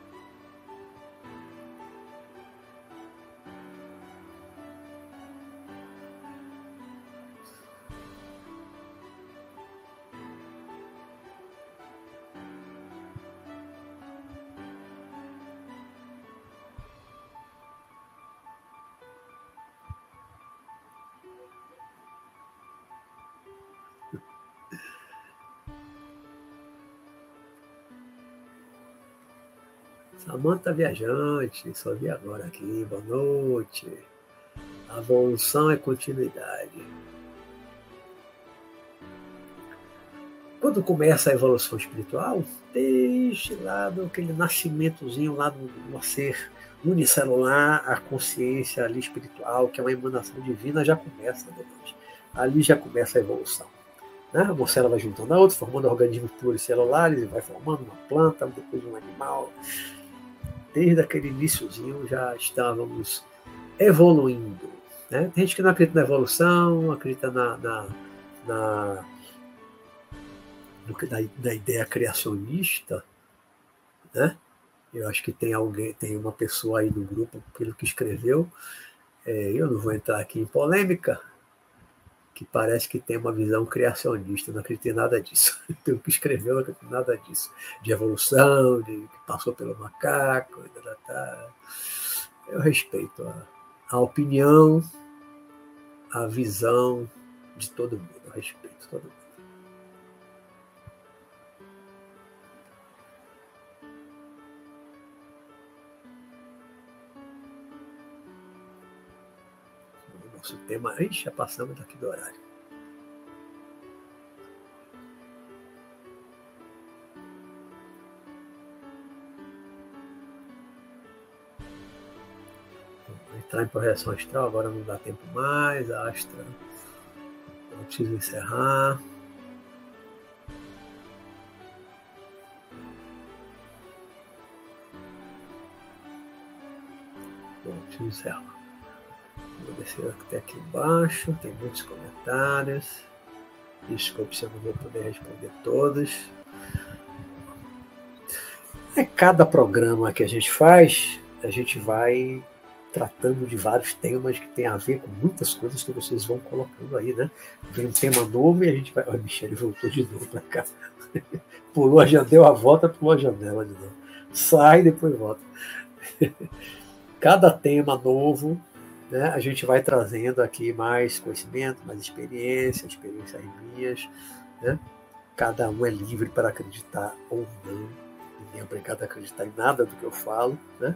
Speaker 1: Samanta Viajante, só vi agora aqui, boa noite. A evolução é continuidade. Quando começa a evolução espiritual, desde lá do aquele nascimentozinho lá do, do ser unicelular, a consciência ali espiritual, que é uma emanação divina, já começa, depois. Ali já começa a evolução. Né? A molécula vai juntando a outra, formando organismos pluricelulares, e vai formando uma planta, depois um animal. Desde aquele iniciozinho já estávamos evoluindo. Né? Tem gente que não acredita na evolução, acredita na, na, na, na, na ideia criacionista. Né? Eu acho que tem alguém, tem uma pessoa aí no grupo, pelo que escreveu, é, eu não vou entrar aqui em polêmica, que parece que tem uma visão criacionista, não acredito em nada disso. Pelo que escreveu, não acredito em nada disso. De evolução, de que passou pelo macaco. Tá, tá. Eu respeito a, a opinião, a visão de todo mundo. Eu respeito todo mundo. Nosso tema, ixi, já passamos daqui do horário. Vou entrar em projeção astral, agora não dá tempo mais, a Astra. Eu preciso encerrar. Bom, preciso encerrar. Vou descer até aqui embaixo, tem muitos comentários. Desculpe se eu não vou poder responder todos. É cada programa que a gente faz, a gente vai tratando de vários temas que tem a ver com muitas coisas que vocês vão colocando aí, né? Vem um tema novo e a gente vai... Olha, a Michele voltou de novo para cá. Pulou a janela, deu a volta, pulou a janela de novo. Sai e depois volta. Cada tema novo, né, a gente vai trazendo aqui mais conhecimento, mais experiência, experiências minhas, né? Cada um é livre para acreditar ou não. Ninguém é obrigado a acreditar em nada do que eu falo, né?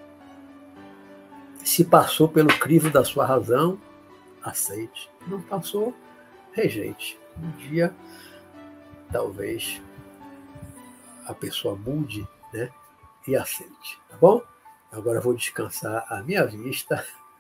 Speaker 1: Se passou pelo crivo da sua razão, aceite. Não passou, rejeite. Um dia, talvez, a pessoa mude, né? E aceite, tá bom? Agora eu vou descansar a minha vista,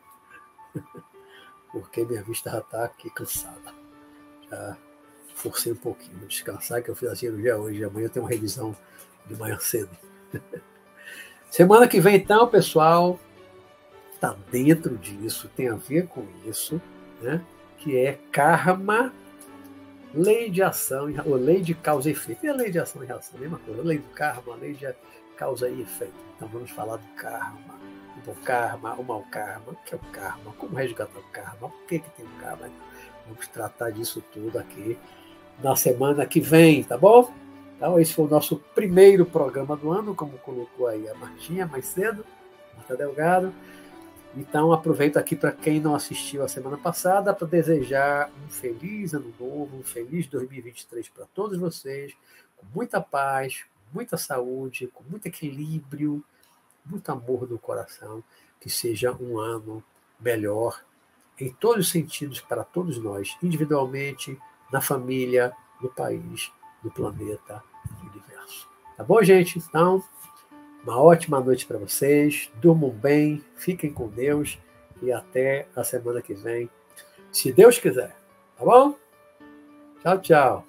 Speaker 1: porque minha vista já está aqui cansada. Já forcei um pouquinho, vou descansar, que eu fiz a cirurgia hoje. Amanhã eu tenho uma revisão de manhã cedo. Semana que vem, então, pessoal, está dentro disso, tem a ver com isso, né? Que é karma, lei de ação, ou lei de causa e efeito. E a lei de ação e reação, a mesma coisa. A lei do karma, a lei de causa e efeito. Então vamos falar do karma, o bom karma, o mau karma, o que é o karma, como resgatar o karma, por que, que tem o karma. Vamos tratar disso tudo aqui na semana que vem, tá bom? Então esse foi o nosso primeiro programa do ano, como colocou aí a Martinha mais cedo, Marta Delgado. Então aproveito aqui para quem não assistiu a semana passada para desejar um feliz ano novo, um feliz dois mil e vinte e três para todos vocês, com muita paz, muita saúde, com muito equilíbrio, muito amor no coração, que seja um ano melhor em todos os sentidos para todos nós, individualmente, na família, no país, no planeta, no universo. Tá bom, gente? Então, uma ótima noite para vocês, durmam bem, fiquem com Deus e até a semana que vem, se Deus quiser. Tá bom? Tchau, tchau.